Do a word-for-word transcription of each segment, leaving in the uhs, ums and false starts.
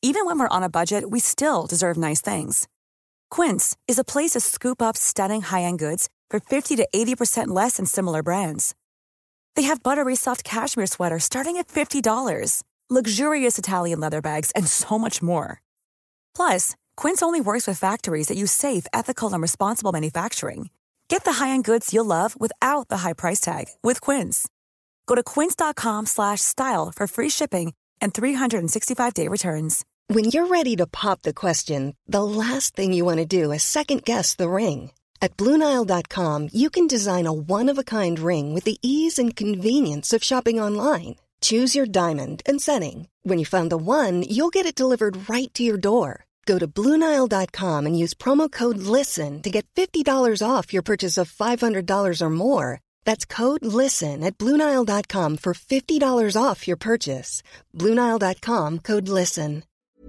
Even when we're on a budget, we still deserve nice things. Quince is a place to scoop up stunning high-end goods for fifty to eighty percent less than similar brands. They have buttery soft cashmere sweaters starting at fifty dollars, luxurious Italian leather bags, and so much more. Plus, Quince only works with factories that use safe, ethical, and responsible manufacturing. Get the high-end goods you'll love without the high price tag with Quince. Go to quince.com slash style for free shipping and three sixty-five day returns. When you're ready to pop the question, the last thing you want to do is second-guess the ring. At Blue Nile dot com, you can design a one-of-a-kind ring with the ease and convenience of shopping online. Choose your diamond and setting. When you find the one, you'll get it delivered right to your door. Go to Blue Nile dot com and use promo code LISTEN to get fifty dollars off your purchase of five hundred dollars or more. That's code LISTEN at Blue Nile dot com for fifty dollars off your purchase. Blue Nile dot com, code LISTEN.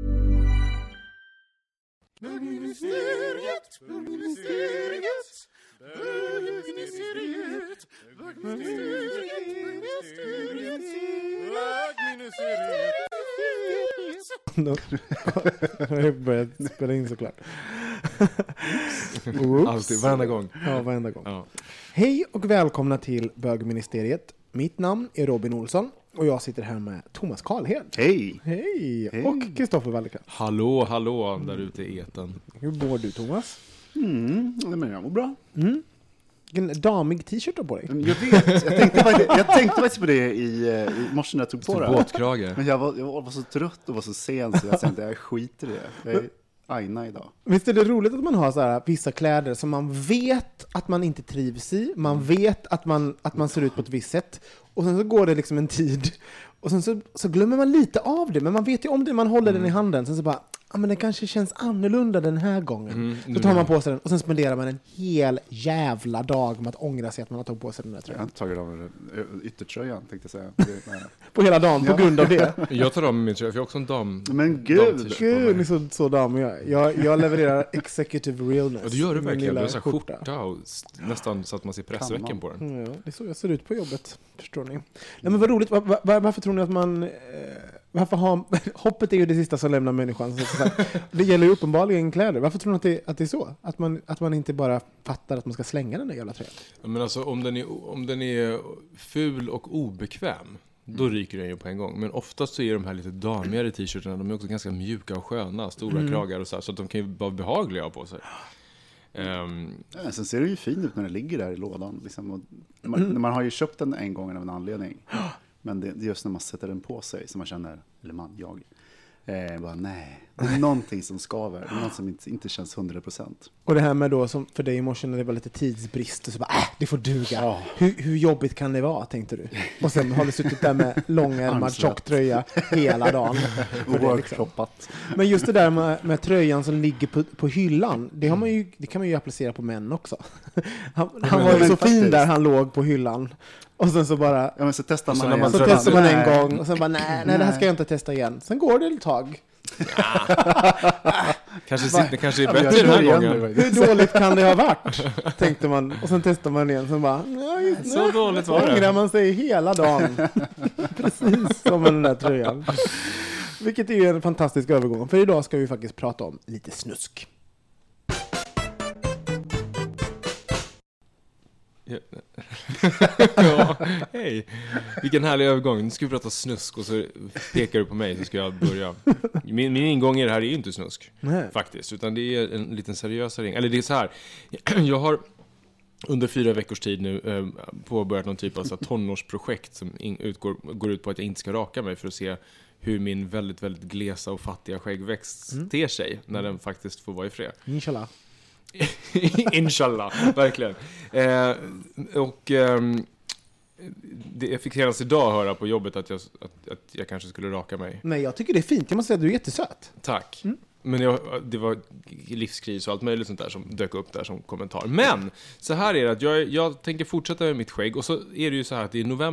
Bögministeriet, bögministeriet, bögministeriet, bögministeriet, bögministeriet. Jag har börjat spela in såklart. Alltid, varenda gång. Ja, varenda gång. Ja. Hej och välkomna till Bögministeriet. Mitt namn är Robin Olsson och jag sitter här med Thomas Karlhed. Hej! Hej! Hej. Och Kristoffer Wallercrantz. Hallå, hallå där ute i eten. Hur mår du, Thomas? Mm, men jag mår bra. Mm. Vilken damig t-shirt du har på dig. Jag vet, jag tänkte, faktiskt, jag tänkte faktiskt på det i, i morse när jag tog på det. Båtkrage. Men jag var, jag var så trött och var så sen så jag tänkte jag skiter i det. Jag är aina idag. Visst är det roligt att man har så här vissa kläder som man vet att man inte trivs i. Man vet att man, att man ser ut på ett visst sätt. Och sen så går det liksom en tid. Och sen så, så glömmer man lite av det. Men man vet ju om det, man håller mm. den i handen. Sen så bara, ja men det kanske känns annorlunda den här gången. Mm, så tar man på sig den och sen spenderar man en hel jävla dag med att ångra sig att man har tagit på sig den där tröjan. Jag har tagit av yttertröjan, tänkte jag säga. På hela dagen, på ja. grund av det. Jag tar av min tröja, för jag är också en dam. Men gud! Gud, ni är så, så dam. Jag, jag, jag levererar executive realness. Och det gör du verkligen. Du har så skjorta. skjorta och nästan så att man ser pressvecken på den. Mm, ja, det är så jag ser ut på jobbet, förstår ni. Nej, men vad roligt. Var, var, varför tror ni att man... Eh, varför har, hoppet är ju det sista som lämnar människan. Så, så här, det gäller ju uppenbarligen kläder. Varför tror ni att det, att det är så? Att man, att man inte bara fattar att man ska slänga den där jävla tröjan? Ja, men alltså, om den är, om den är ful och obekväm, då ryker den ju på en gång. Men oftast så är de här lite damigare t-shirtarna, de är också ganska mjuka och sköna, stora mm. kragar och så här, så att de kan ju vara behagliga på sig. Um, ja, sen ser det ju fint ut när den ligger där i lådan. Liksom, och man, mm. man har ju köpt den en gång av en anledning. Men det, det är just när man sätter den på sig som man känner, eller man, jag, eh, bara nej, det är någonting som skaver, det är något som inte, inte känns hundra procent. Och det här med då, som för dig i morse när det var lite tidsbrist och så bara, äh, det får duga. Ja. Hur, hur jobbigt kan det vara, tänkte du? Och sen har du suttit där med långärmad tjocktröja hela dagen. Och liksom. Men just det där med, med tröjan som ligger på, på hyllan, det, har man ju, det kan man ju applicera på män också. Han, han var ju så fin faktiskt. Där han låg på hyllan. Och sen så bara... Ja, men så testar man, man, man, så testar man en gång och sen bara, nej, nej, det här ska jag inte testa igen. Sen går det ett tag. kanske, det kanske är bättre den här gången. Hur dåligt kan det ha varit? Tänkte man. Och sen testar man igen. Sen bara, ja, just, så nej, dåligt var det. Ångrar man sig hela dagen. Precis som med den där tröjan. Vilket är ju en fantastisk övergång. För idag ska vi faktiskt prata om lite snusk. Ja, hej. Vilken härlig övergång. Nu ska vi prata snusk och så pekar du på mig så ska jag börja. Min, min ingång i det här är ju inte snusk. Nej. Faktiskt, utan det är en liten seriösare. Eller det är så här. Jag har under fyra veckors tid nu eh, påbörjat någon typ av så här, tonårsprojekt som in, utgår, går ut på att jag inte ska raka mig för att se hur min väldigt, väldigt glesa och fattiga skäggväxt mm. ter sig när den faktiskt får vara i fred. Inshallah. Inshallah, verkligen. Eh, och eh, det, jag fick senast idag höra på jobbet att jag, att, att jag kanske skulle raka mig. Nej, jag tycker det är fint. Jag måste säga att du är jättesöt. Tack. Mm. Men jag, det var livskris och allt möjligt sånt där som dök upp där som kommentar. Men så här är det att jag, jag tänker fortsätta med mitt skägg. Och så är det ju så här att det är november.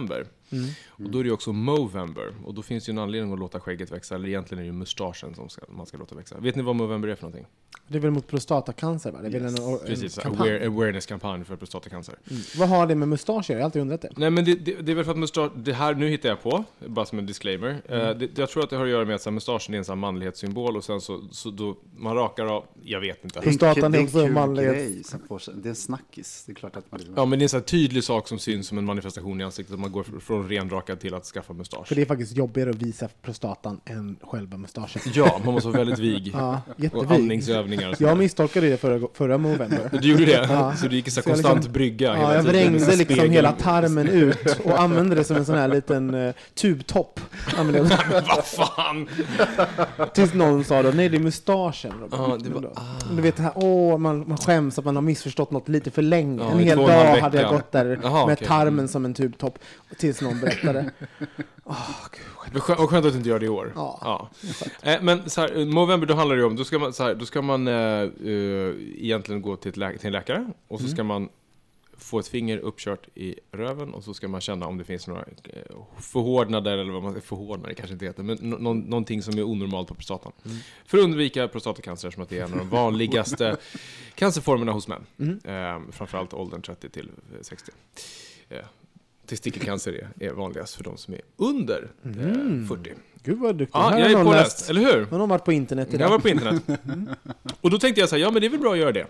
Mm. Och då är det också Movember. Och då finns det ju en anledning att låta skägget växa. Eller egentligen är det ju mustaschen som ska, man ska låta växa. Vet ni vad Movember är för någonting? Det är väl mot prostatacancer, va? Det är yes. väl en, en Precis, kampanj. awareness-kampanj för prostatacancer. Mm. Vad har det med mustascher? Jag har alltid undrat det. Nej, men det, det, det är väl för att mustasch, det här nu hittar jag på, bara som en disclaimer. Mm. Uh, det, jag tror att det har att göra med att så här, mustaschen är en sån manlighetssymbol och sen så, så då man rakar av, jag vet inte. Prostatan det är är också en kul manlighet. grej. Det är en snackis. Det är klart att man... Ja, men det är en sån här tydlig sak som syns som en manifestation i ansiktet. Att man går från renrakad till att skaffa mustasch. För det är faktiskt jobbigare att visa prostatan än själva mustaschen. Ja, man måste vara väldigt vig. Ja, jättevig. Och andningsövningar. Och jag misstolkade det förra, förra Movember. Du gjorde det? Ja. Så du gick i så Så jag konstant liksom- brygga hela Ja, jag tiden. vrängde Spegel. liksom hela tarmen ut och använde det som en sån här liten uh, tubtopp. Använde jag. Vad fan? Tills någon sa då, nej det är mustaschen. Ja, det var- Då. Du vet det här, åh, man, man skäms att man har missförstått något lite för länge. Ja, en i hel två och en halv dag vecka. hade jag gått där Jaha, med okej. tarmen som en tubtopp. Tills någon berättade. Åh, gud. Det är skö- Och skönt att du inte gör det i år. Ja. Eh, men så här, Movember, då handlar det ju om, då ska man, så här, då ska man eh, eh, egentligen gå till, ett lä- till en läkare och så ska man få ett finger uppkört i röven och så ska man känna om det finns några eh, förhårdnader eller vad man säger, förhårdnader kanske inte heter, men no- någon, någonting som är onormalt på prostatan. Mm. För att undvika prostatacancer som att det är en av de vanligaste cancerformerna hos män. Mm. Eh, framförallt åldern trettio till sextio. Eh, Testikelcancer är, är vanligast för de som är under mm. eh, fyrtio. Gud vad duktig. Ja, Här jag har är någon påläst, läst- eller hur? Någon har varit på internet Jag idag. var på internet. Och då tänkte jag så här, ja men det är väl bra att göra det.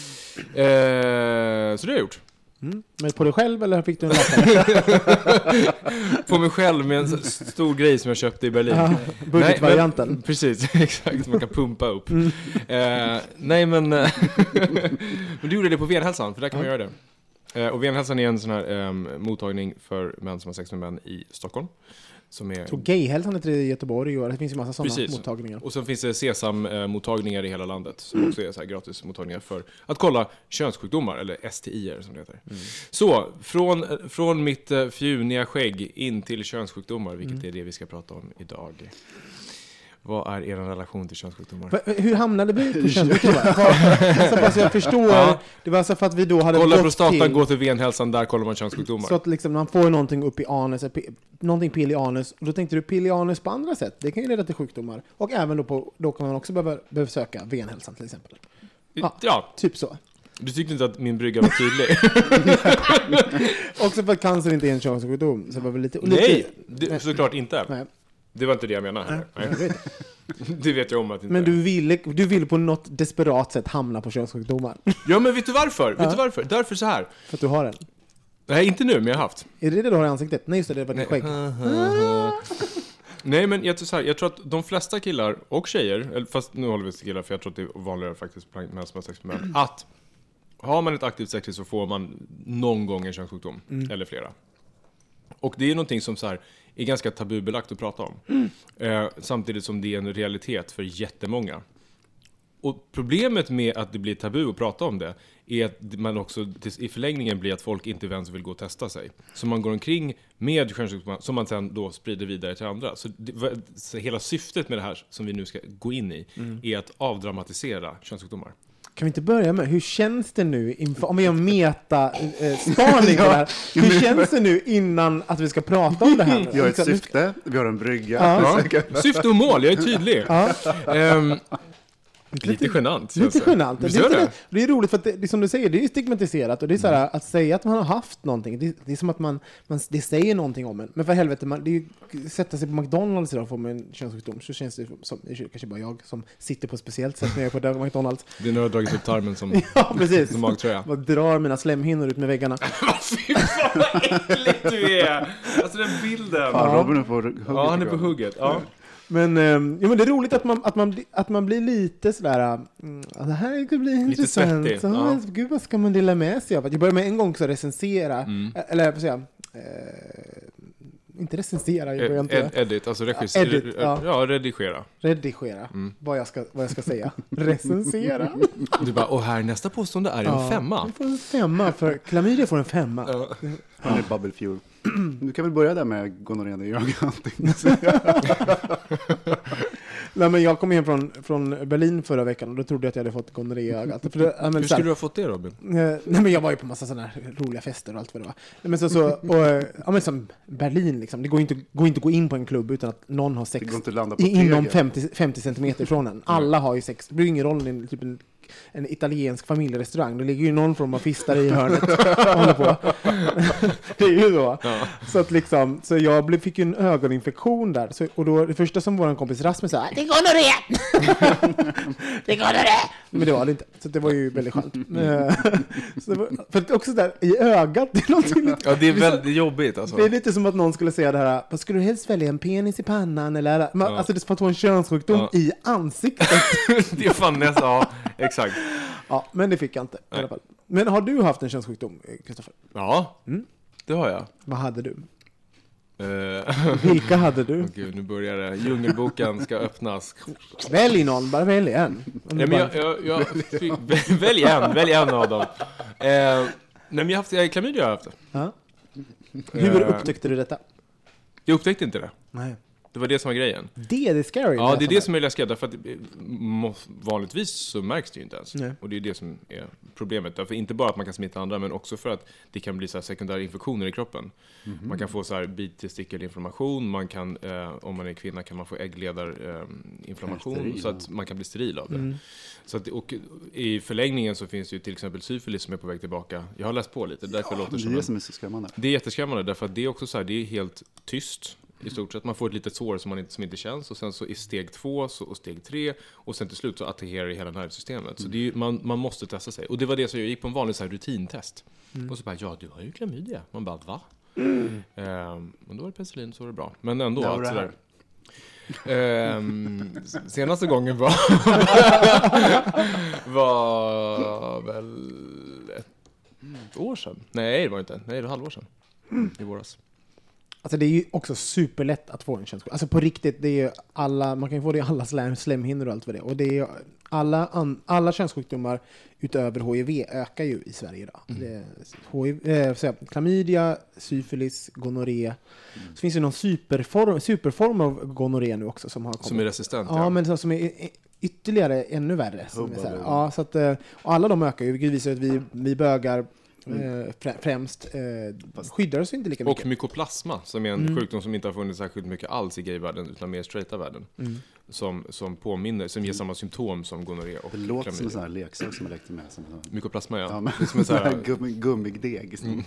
Eh, så det har jag gjort. Mm. Men på dig själv eller fick du en läkare? På mig själv med en så stor grej som jag köpte i Berlin. Ja, budgetvarianten. Nej, men, precis, exakt. Man kan pumpa upp. Mm. Eh, nej men, men du gjorde det på Venhälsan, för där kan man göra det. Eh, och Venhälsan är en sån här eh, mottagning för män som har sex med män i Stockholm. Som är... Så gayhälsan heter det i Göteborg och det finns ju massa sådana Precis. mottagningar. Och sen finns det Sesam-mottagningar i hela landet som också är så här gratis mottagningar för att kolla könssjukdomar, eller S T I-er som det heter. Mm. Så, från, från mitt uh, fjuniga skägg in till könssjukdomar, vilket mm. är det vi ska prata om idag. Vad är er relation till könssjukdomar? Va, hur hamnade vi på könssjukdomar? Så bara så jag förstår, ja. Det var alltså för att vi då hade kolla gått prostatan, till... gå till Venhälsan, där kollar man könssjukdomar. Så att liksom man får någonting upp i anus, någonting pill i anus, och då tänkte du pill i anus på andra sätt. Det kan ju leda till sjukdomar. Och även då, på, då kan man också behöva, behöva söka Venhälsan till exempel. Ja, ja, typ så. Du tyckte inte att min brygga var tydlig? Också för att cancer inte är en könssjukdom. Så det var väl lite... Nej, det, såklart inte. Nej. Det var inte det jag menade. Nej. Nej. Det vet jag om att inte. Men du ville, du ville på något desperat sätt hamna på könssjukdomar. Ja, men vet du varför? Ja. Vet du varför? Därför så här. För att du har den. Nej, inte nu, men jag har haft. Är det det du har i ansiktet? Nej, just det, det var ditt skägg. Nej, men jag tror, så här, jag tror att de flesta killar och tjejer, fast nu håller vi till killar för jag tror att det är vanligare faktiskt bland män som har sex med män, att har man ett aktivt sex så får man någon gång en könssjukdom, mm. eller flera. Och det är någonting som så här är ganska tabubelagt att prata om. Mm. Eh, samtidigt som det är en realitet för jättemånga. Och problemet med att det blir tabu att prata om det är att man också i förlängningen blir att folk inte ens vill gå och testa sig. Så man går omkring med könssjukdomar som man sen då sprider vidare till andra. Så, det, så hela syftet med det här som vi nu ska gå in i mm. är att avdramatisera könssjukdomar. Kan vi inte börja med, hur känns det nu inför, om vi gör meta-spaning på det här, hur känns det nu innan att vi ska prata om det här? Vi har ett syfte, vi har en brygga. Ja. Syfte och mål, jag är tydlig. Ja. Um, Lite genant. Lite genant. Det, det, är, det? det är roligt för att det, det, som du säger, det är stigmatiserat. Och det är så här, mm. att säga att man har haft någonting, det, det är som att man, man det säger någonting om en. Men för helvete, man, det är ju, sätta sig på McDonalds idag och få med en könssjukdom, så känns det som, det är kanske bara jag som sitter på ett speciellt sätt när jag är på McDonalds. Det är när du har dragit upp tarmen som, ja, precis. som magtröja. Jag drar mina slemhinnor ut med väggarna. Fy fan vad äckligt du är! Alltså den bilden. Ja, Robin är på hugget. Ja, han är på hugget. Ja. Men, um, ja, men det är roligt att man, att man, att man blir lite sådär, mm, det här ska bli intressant. Lite så, ja. Gud, vad ska man dela med sig av? Jag börjar med en gång så recensera, mm. eller vad säger jag, eh, inte recensera, jag börjar inte. Ed, edit, alltså regis- edit, ja. ja, redigera. Redigera, mm. vad, jag ska, vad jag ska säga. Recensera. Du bara, och här nästa påstående är en ja, femma. Du får en femma, för klamydia får en femma. Ja. Han är bubble fuel. Du kan väl börja där med gonorrén i ögat. Nej, men jag kom hem från, från Berlin förra veckan och då trodde jag att jag hade fått gonorré i ögat. För det, ja, men, Hur skulle du ha fått det, Robin? Eh, nej, men jag var ju på massa sådana här roliga fester och allt vad det var. Nej, men så, så, och, ja, men som Berlin, liksom. Det går inte, går inte att gå in på en klubb utan att någon har sex i, inom femtio, femtio centimeter från en. Alla har ju sex. Det blir ingen roll i typ en, en italiensk familjerestaurang. Det ligger ju någon form av fistar i hörnet och håller på. Det är ju så. Ja. Så, att liksom, så jag blev, fick ju en ögoninfektion där. Så, och då det första som vår kompis Rasmus sa, det går nog det! Det går nog det! Men det var det inte. Så det var ju väldigt skönt. Så det var, för att också där i ögat, det är någonting lite, ja, det är väldigt jobbigt alltså. Det är lite som att någon skulle säga det här, vad skulle du helst välja, en penis i pannan eller man, ja. Alltså det är som att få en könssjukdom ja. I ansiktet. Det är fan nästan, ja, exakt. Ja, men det fick jag inte i alla fall. Men har du haft en könssjukdom, Kristoffer? Ja, mm. det har jag. Vad hade du? Uh. Vilka hade du? Oh, Gud, nu bbör det. Djungelboken ska öppnas. Välj någon, bara välj en. Nej, men jag, jag, jag fick, välj en, välj en av dem. Uh, nej, men jag har haft jag klamydia har haft det. Uh. Hur uh. upptäckte du detta? Jag upptäckte inte det. Nej. Det var det som var grejen. Det är det scary. Ja, det är det som är läskigt. Därför att vanligtvis så märks det ju inte ens. Nej. Och det är det som är problemet. Därför inte bara att man kan smitta andra, men också för att det kan bli så här sekundära infektioner i kroppen. Mm-hmm. Man kan få så här bitestikelinflammation. Man kan, eh, om man är kvinna kan man få äggledarinflammation. Eh, så att man kan bli steril av det. Mm. Så att, och i förlängningen så finns det ju till exempel syfilis som är på väg tillbaka. Jag har läst på lite. Därför ja, låter det är det som är så skrämmande. Det är jätteskrämmande. Därför att det är också så här, det är helt tyst. I stort sett. Man får ett litet sår som, man inte, som inte känns. Och sen så i steg två så, och steg tre. Och sen till slut så attackerar det hela nervsystemet. Mm. Så det är ju, man, man måste testa sig. Och det var det som jag gick på en vanlig så här rutintest. Mm. Och så bara, ja du har ju klamydia. Man bara, va? Mm. Ehm, men då var det penicillin så var det bra. Men ändå. Ja, allt sådär. Ehm, senaste gången var var väl ett år sedan. Nej, det var inte. Nej, det var ett halvår sedan. Mm. I våras. Alltså det är ju också superlätt att få en könssjukdom. Alltså på riktigt, det är ju alla, man kan ju få det i alla slem, slemhinnor och allt vad det är. Och det är ju alla, an, alla könssjukdomar utöver H I V ökar ju i Sverige idag. Mm. Det är H I V, eh, så klamydia, syfilis, gonorré. Mm. Så finns det någon superform, superform av gonorré nu också som har kommit. Som är resistent, ja. Ja, men som, som är ytterligare ännu värre. Som är så här, ja, så att, och alla de ökar ju, vilket visar att vi, vi bögar Mm. främst eh, skyddar oss inte lika mycket. Och mykoplasma som är en mm. sjukdom som inte har funnits särskilt mycket alls i gayvärlden utan mer straighta världen. Mm. Som, som påminner, som ger samma symptom som gonorré och det låter klamydia. Som en sån här leksak som jag lekte med. Som mykoplasma, ja. Ja, men, det är som en sån här gummi, gummig deg. Mm.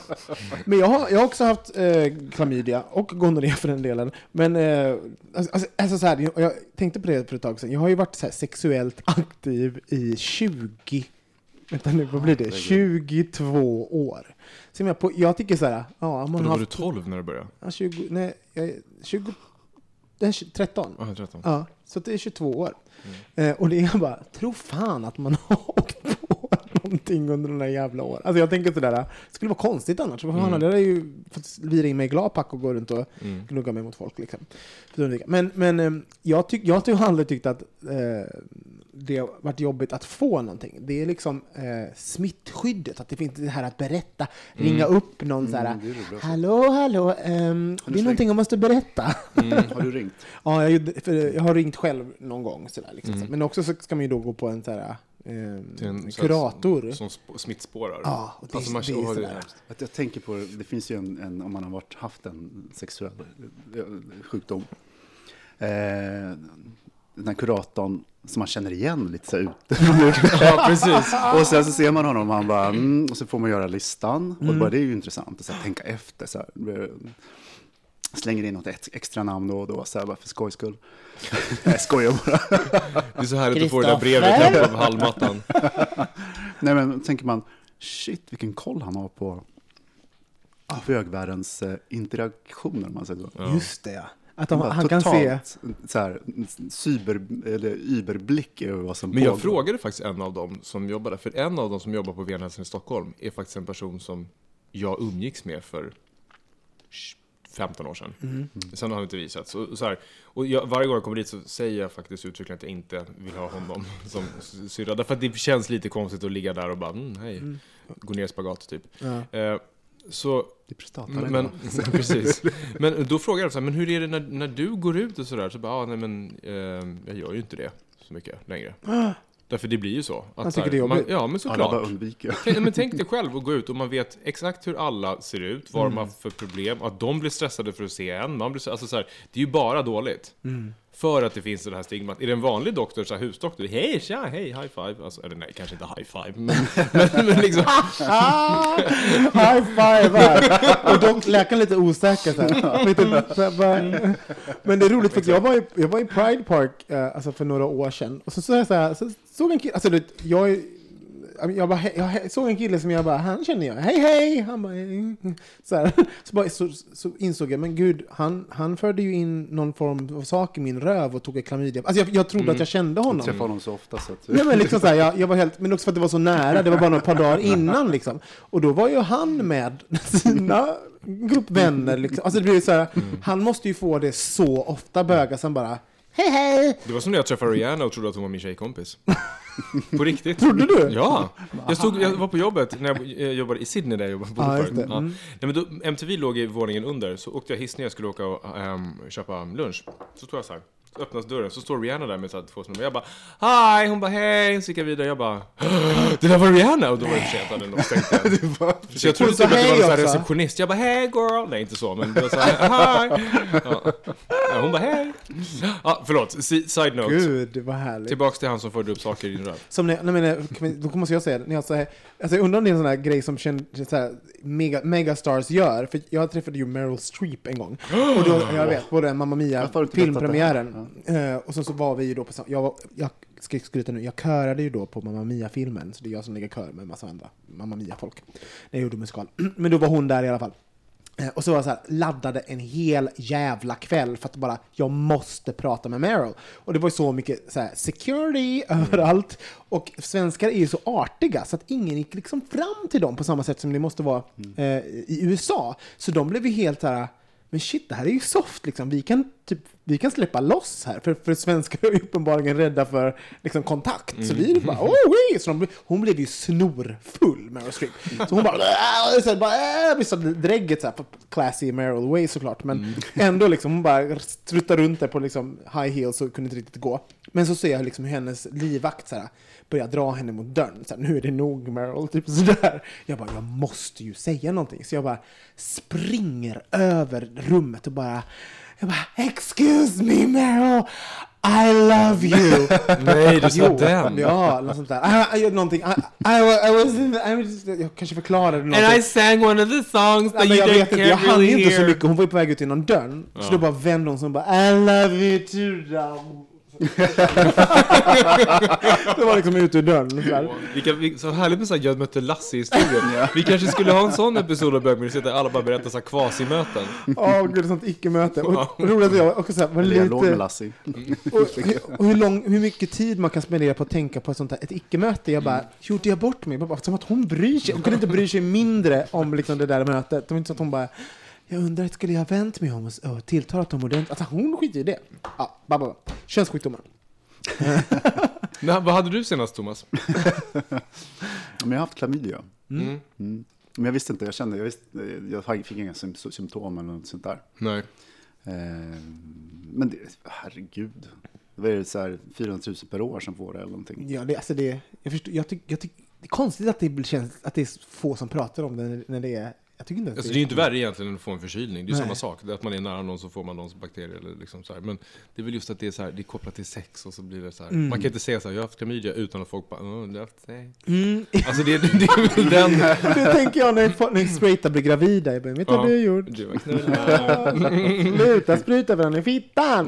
Men jag har, jag har också haft eh, klamydia och gonorré för den delen. Men eh, alltså, alltså så här, jag tänkte på det för ett tag sedan. Jag har ju varit så här sexuellt aktiv i tjugo Vänta nu, vad blir det? tjugotvå år. Så jag, på, jag tycker så här, ja, man och då har var du tolv när du började? Ja, tjugo, nej, tjugo, det är tretton. Ah, tretton. Ja, så det är tjugotvå år. Mm. Eh, och det är bara, tro fan att man har åkt på någonting under den här jävla åren. Alltså jag tänker sådär, det skulle vara konstigt annars. Vad fan, mm. det är ju fått vira in mig i gladpack och gå runt och mm. gnugga mig mot folk liksom. Men, men jag, tyck, jag har aldrig tyckt att eh, det har varit jobbigt att få någonting. Det är liksom eh, smittskyddet, att det finns det här att berätta, mm. ringa upp någon mm, så här, hallå, hallå, um, det är någonting jag måste berätta. Mm. Har du ringt? Ja, jag, för jag har ringt själv någon gång sådär, liksom. Mm. Men också så ska man ju då gå på en så här eh, en kurator. Som, som smittspårar. Ja, och det, alltså, man, det är det är att jag tänker på, det finns ju en, en om man har varit, haft en sexuell sjukdom. Eh, den här kuratorn som man känner igen lite så ut. Ja, precis. Och sen så ser man honom och han bara, mm, och så får man göra listan. Mm. Och bara, det är ju intressant att så här, tänka efter. Så här, slänger in något extra namn då och då, så här, bara för skojs skull. Jag skojar bara. Det är så härligt att få det där brevet hem på halmmattan. Nej, men tänker man, shit, vilken koll han har på bögvärldens eh, interaktioner, om man säger så. Ja. Just det, ja. Att de, han kan se så här, cyber, eller überblick över vad som Men pågår. Jag frågade faktiskt en av dem som jobbade, för en av dem som jobbar på Venhälsan i Stockholm är faktiskt en person som jag umgicks med för femton år sedan. Mm. Sen har han inte visat. Så, så här, och jag, varje gång jag kommer dit så säger jag faktiskt uttryckligen att jag inte vill ha honom som syrra. Därför att det känns lite konstigt att ligga där och bara, mm, hej, mm. gå ner i spagat typ. Ja. Eh, så Det är prostata. Men, precis. Men då frågar jag så här, men hur är det när, när du går ut och sådär? Så bara, ah, nej men eh, jag gör ju inte det så mycket längre. Därför det blir ju så. Att jag tycker här, det är man, jobbigt. ja, men såklart. Alla bara undviker. Tänk, men tänk dig själv att gå ut och man vet exakt hur alla ser ut, vad mm. de har för problem, att de blir stressade för att se en. Man blir, alltså så här, det är ju bara dåligt. Mm. För att det finns det här stigmat. Är det en vanlig doktor, så här husdoktor, hej, tja, hej, high five. Alltså, eller nej, kanske inte high five, men, men, men liksom... high five här. Och dock läkaren lite osäker så här. Men det är roligt för att jag var i, jag var i Pride Park uh, alltså för några år sedan. Och så, så, så, här, så såg en kille, alltså jag Jag, bara, jag såg en kille som jag bara, han känner jag, hej hej, han bara, så, här. så, bara så, så insåg jag, men gud, han, han förde ju in någon form av sak i min röv och tog en klamydia. Alltså jag, jag trodde mm. att jag kände honom. Jag träffade honom så ofta. Så att... ja, men, liksom så här, jag, jag var helt, men också för att det var så nära, det var bara några par dagar innan liksom. Och då var ju han med sina gruppvänner liksom. Alltså det blir så här, mm. han måste ju få det så ofta böga som bara, hej hej. Det var som när jag träffade Rihanna och trodde att hon var min tjejkompis. På riktigt. Trodde du? Ja. Jag, stod, jag var på jobbet när jag jobbade i Sydney där jag jobbade på ah, förut. mm. Ja. Nej, men då, M T V låg i våningen under, så åkte jag hiss när jag skulle åka och um, köpa lunch. Så stod jag så här. Så öppnas dörren, så står Rihanna där med så här två snubbar. Jag bara, hej, hon bara, hej. Så gick jag vidare, jag bara, det där var Rihanna. Och då var det för sent, hade de stängt den. Så jag trodde typ att det var en så här receptionist. Jag bara, hej girl. Nej, inte så, men det var så här, hej. Ja. Ja, hon bara, hej. Ja, förlåt, side note. Gud, vad härligt. Tillbaks till han som förde upp saker i din röv. Som när, nej, men, då måste jag säga det. När jag, så här, alltså, jag undrar om det är en sån här grej som känd, så här, mega, megastars gör. För jag träffade ju Meryl Streep en gång. Och då, jag vet, både Mamma Mia, filmpremiären. Uh, och så, så var vi ju då på... Jag, var, jag ska skryta nu, jag körade ju då på Mamma Mia-filmen. Så det är jag som lägger kör med en massa andra Mamma Mia-folk. När jag gjorde musikal. Men då var hon där i alla fall. Och så var jag så här, laddade en hel jävla kväll för att bara, jag måste prata med Meryl. Och det var ju så mycket så här, security mm. överallt. Och svenskar är ju så artiga så att ingen gick liksom fram till dem på samma sätt som det måste vara mm. eh, i U S A. Så de blev ju helt så här, men shit, det här är ju soft liksom. Vi kan typ vi kan släppa loss här. För, för svenskar är uppenbarligen rädda för liksom, kontakt. Mm. Så vi är bara, oh, oui. Så de, hon blev ju snorfull, Meryl Streep. Så hon bara, så bara äh, visst drägget så här, på classy Meryl way såklart. Men mm. ändå liksom, hon bara struttar runt där på liksom, high heels och kunde inte riktigt gå. Men så ser jag liksom hur hennes livvakt så här, börjar dra henne mot dörren. Så här, nu är det nog, Meryl. Typ sådär. Jag bara, jag måste ju säga någonting. Så jag bara springer över rummet och bara... Jag bara, excuse me, Meryl, I love you. Nej, du sa den. Ja, något sånt där. Jag gjorde någonting. I, I, I was in the, I was, jag kanske förklarade något. And I sang one of the songs that ja, you jag don't vet inte, jag hann inte så mycket. Hon var ju på väg ut genom dörren. Ja. Så då bara vände hon som bara, I love you too, down. Det var liksom ut ur dörren. Vilka, vi, så härligt med så här, jag mötte Lasse-historien. Ja. Vi kanske skulle ha en sån episod av Bögministeriet där alla bara berättar så här kvasi-möten. Ja, oh, gud, sånt icke-möte. Och, och roligt att jag också så här, var lite... med Lasse. Och, och hur, lång, hur mycket tid man kan spendera på att tänka på ett sånt här, ett icke-möte. Jag bara, gjorde jag bort mig? Bara, som att hon bryr sig. Hon kunde inte bry sig mindre om liksom, det där mötet. Det var inte så att hon bara... Jag undrar, skulle jag ha vänt mig om och, och tilltalat dem ordentligt? Alltså hon skiter i det. Ja, babba. Könssjukdomar. Nej, vad hade du senast, Thomas? Men jag har haft klamydia. Mm. Mm. Men jag visste inte, jag kände, jag, visste, jag fick inga symptom eller något sånt där. Nej. Eh, men det, herregud. Det är så här fyrahundratusen per år som får det eller någonting. Ja, det, alltså det, jag förstår, jag tycker, jag tycker, det är konstigt att det känns, att det är få som pratar om det när det är. Jag tycker inte att alltså, det, det är ju inte värre egentligen än att få en förkylning. Det är Nej. samma sak. Det är att man är nära någon så får man någons bakterier eller liksom så här. Men det är väl just att det är så här, det är kopplat till sex och så blir det så här. Mm. Man kan inte säga så här, jag har haft klamydia utan att folk bara, åh, du har haft sex. Mm. Alltså det, det, det är väl den... Det tänker jag när, när straighta blir gravida. Jag bara, vet du vad du har gjort? Du har knullat. Sluta spruta varandra i fittan.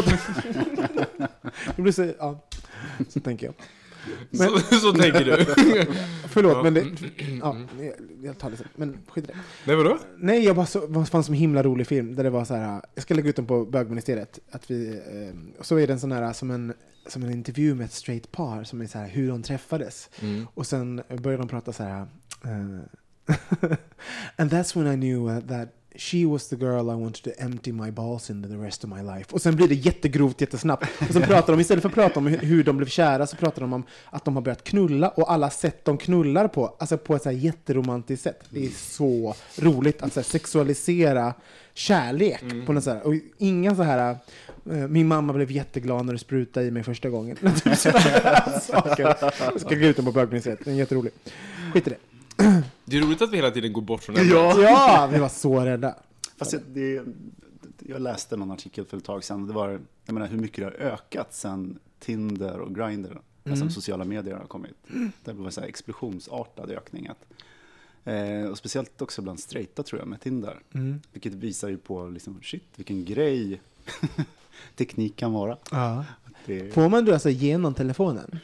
Det blir så, ja. Så tänker jag. Men, så, så tänker du. Förlåt, ja. men det, ja, jag, jag tar det så. Men skit i det. Nej, vadå? Nej, jag bara så, det fanns en himla rolig film där det var så här, jag ska lägga ut den på Bögministeriet, att vi, eh, så är det en sån här som en, som en intervju med ett straight par som är så här, hur de träffades. Mm. Och sen började de prata så här, uh, and that's when I knew uh, that she was the girl I wanted to empty my balls in the rest of my life. Och sen blir det jättegrovt jättesnabbt. Och sen pratar de, istället för att prata om hur de blev kära, så pratar de om att de har börjat knulla, och alla sätt de knullar på, alltså på ett så här jätteromantiskt sätt. Det är så roligt att så här sexualisera kärlek mm. på något så här. Och inga så här, uh, min mamma blev jätteglad när du sprutade i mig första gången. Saker. Jag ska gå ut på bögministeriet. Det är jätteroligt. Skit i det. Det är roligt att vi hela tiden går bort från det. Ja, ja, vi var så rädda. Fast jag, det, jag läste någon artikel för ett tag sedan. Det var, jag menar, hur mycket det har ökat sen Tinder och Grindr, mm. alltså sociala medier har kommit. Det var så här explosionsartad ökning. Att, eh, och speciellt också bland straighta, tror jag, med Tinder. Mm. Vilket visar ju på liksom, shit, vilken grej teknik kan vara. Ja. Det... Får man då alltså genom telefonen?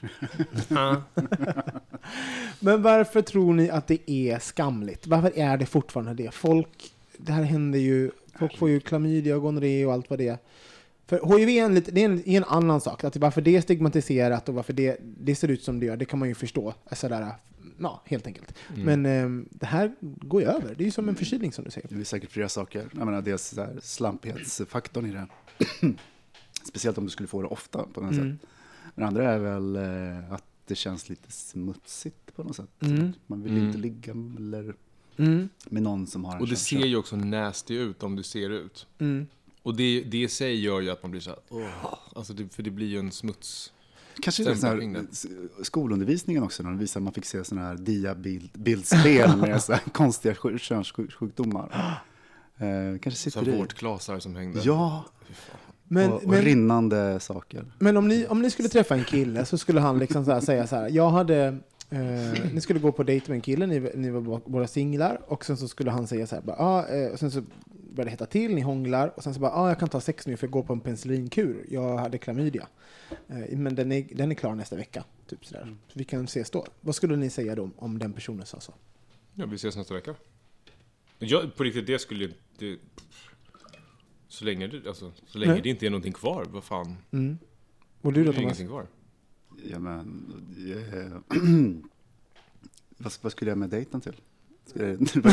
Men varför tror ni att det är skamligt? Varför är det fortfarande det? Folk, det här händer ju, folk får ju klamydia och gonorré och allt vad det är. För H I V är en, lite, det är en, är en annan sak. Att varför det är stigmatiserat och varför det, det ser ut som det gör, det kan man ju förstå. Alltså där, ja, helt enkelt. Mm. Men eh, det här går ju över. Det är ju som en förkylning, som du säger. Det är säkert flera saker. Jag menar, det är så här slamphetsfaktorn i det. Speciellt om du skulle få det ofta på något mm. sätt. Den andra är väl eh, att det känns lite smutsigt på något sätt. Mm. Man vill mm. inte ligga eller mm. med någon som har en Och det känsla. ser ju också nasty ut om du ser ut. Mm. Och det, det i sig gör ju att man blir så här, åh, alltså det, för det blir ju en smuts. Kanske sån här skolundervisningen också, när de visar att man fick se såna här dia-bildspel med så här konstiga könssjukdomar. Eh, kanske sitter så här vårdklasar som hängde. Ja. Men, och, och men, rinnande saker. Men om ni, om ni skulle träffa en kille, så skulle han liksom så här säga så här: jag hade eh, ni skulle gå på dejt med en kille, ni, ni var båda singlar, och sen så skulle han säga så här, ah, eh, och sen så började det hetta till, ni hånglar, och sen så bara, ah, jag kan ta sex nu för jag går på en penicillinkur, jag hade klamydia, eh, men den är, den är klar nästa vecka, typ sådär. Mm. Så vi kan ses då. Vad skulle ni säga då om den personen sa så? Ja, vi ses nästa vecka. Jag, på riktigt, det skulle det, så länge, det, alltså, så länge det inte är någonting kvar, vad fan. Mm. Och du då, Thomas? Ingenting kvar. Ja, men yeah. vad, vad skulle jag med dejten till? om, jag inte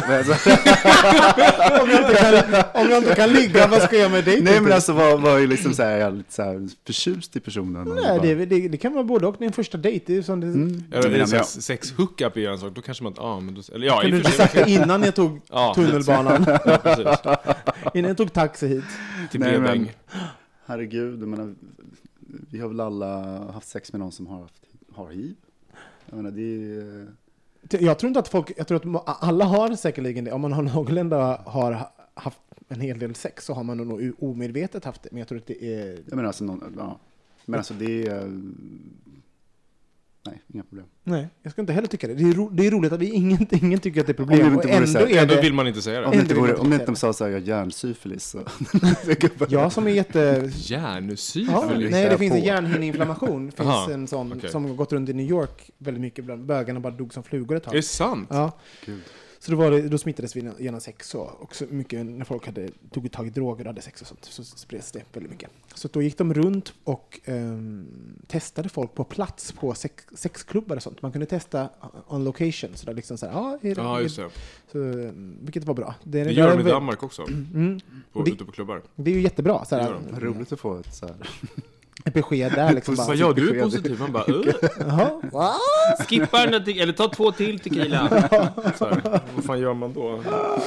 kan, om jag inte kan ligga, vad ska jag med dejten Nej, till? men alltså var, var ju liksom så här, jag är lite så här förtjust i personen. Nej, bara... det, det, det kan vara både och. Det är en första dejt. Det är som det... Mm. Ja, det är sex, sex hookup i en sak. Då kanske man inte... Ah, men då, eller ja, kan du sagt det innan jag tog ja, tunnelbanan? Ja, innan jag tog taxi hit. Till Bredäng. Herregud, jag menar, vi har väl alla haft sex med någon som har haft har hiv. Jag menar, det är... Jag tror inte att folk, jag tror att alla har säkerligen det. Om man har någorlunda har haft en hel del sex, så har man nog omedvetet haft det. Men jag tror att det är... Jag menar alltså, någon, ja. Men alltså det är... Nej, inga problem. Nej, jag ska inte heller tycka det. Det är, ro, det är roligt att vi ingen, ingen tycker att det är problem. Om det inte ändå, här, är det, då vill man inte säga det. Om det inte, vore, om det inte sa så här, jag hjärnsyfilis. Så. Jag som är jätte... Hjärnsyfilis? Ja, nej, det finns en hjärnhinneinflammation. Det finns Aha, en sån okay. som har gått runt i New York väldigt mycket. Bland bögarna bara dog som flugor ett tag. Är det sant? Ja. Gud. Så då, var det, då smittades vi genom sex och också mycket när folk hade tog tag i droger och hade sex och sånt, så spreds det väldigt mycket. Så då gick de runt och um, testade folk på plats på sex, sexklubbar och sånt. Man kunde testa on location, så där liksom så här, ja, är det, ja, just det. Så, vilket var bra. Det, det gör de i Danmark också. Mm. På, det, ute på klubbar. Det är ju jättebra. Så här, det är roligt att få ett så här... ett besked där liksom. Bara, ja, du är positiv. Man bara, uh. skippa den till, eller ta två till tequila. Så här, vad fan gör man då?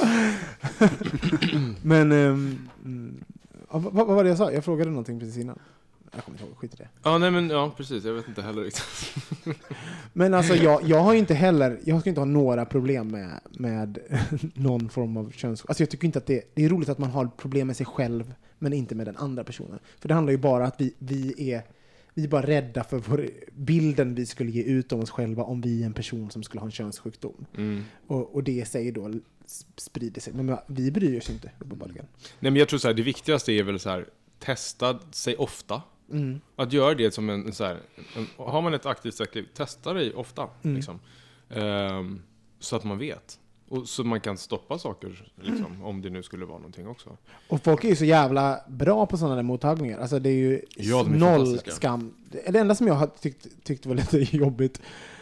Men um, vad, vad var det jag sa? Jag frågade någonting precis innan. Jag kommer inte ihåg, skit i det. Ja, nej men ja, precis. Jag vet inte heller riktigt. Men alltså jag, jag har inte heller, jag ska inte ha några problem med, med någon form av köns... Alltså jag tycker inte att det, det är roligt att man har problem med sig själv, men inte med den andra personen. För det handlar ju bara att vi, vi är vi är bara rädda för vår, bilden vi skulle ge ut om oss själva om vi är en person som skulle ha en könssjukdom. Mm. Och, och det säger då sprider sig. Men vi bryr oss inte uppenbarligen. Nej, men jag tror så här, det viktigaste är väl så här, testa sig ofta. Mm. Att göra det som en, så här, en, har man ett aktivt sexliv, testa dig ofta. Mm. Liksom. Um, så att man vet. Och så man kan stoppa saker, liksom, mm. om det nu skulle vara någonting också. Och folk är ju så jävla bra på sådana där mottagningar. Alltså det är ju ja, de är noll skam. Det enda som jag har tyckt, tyckt var lite jobbigt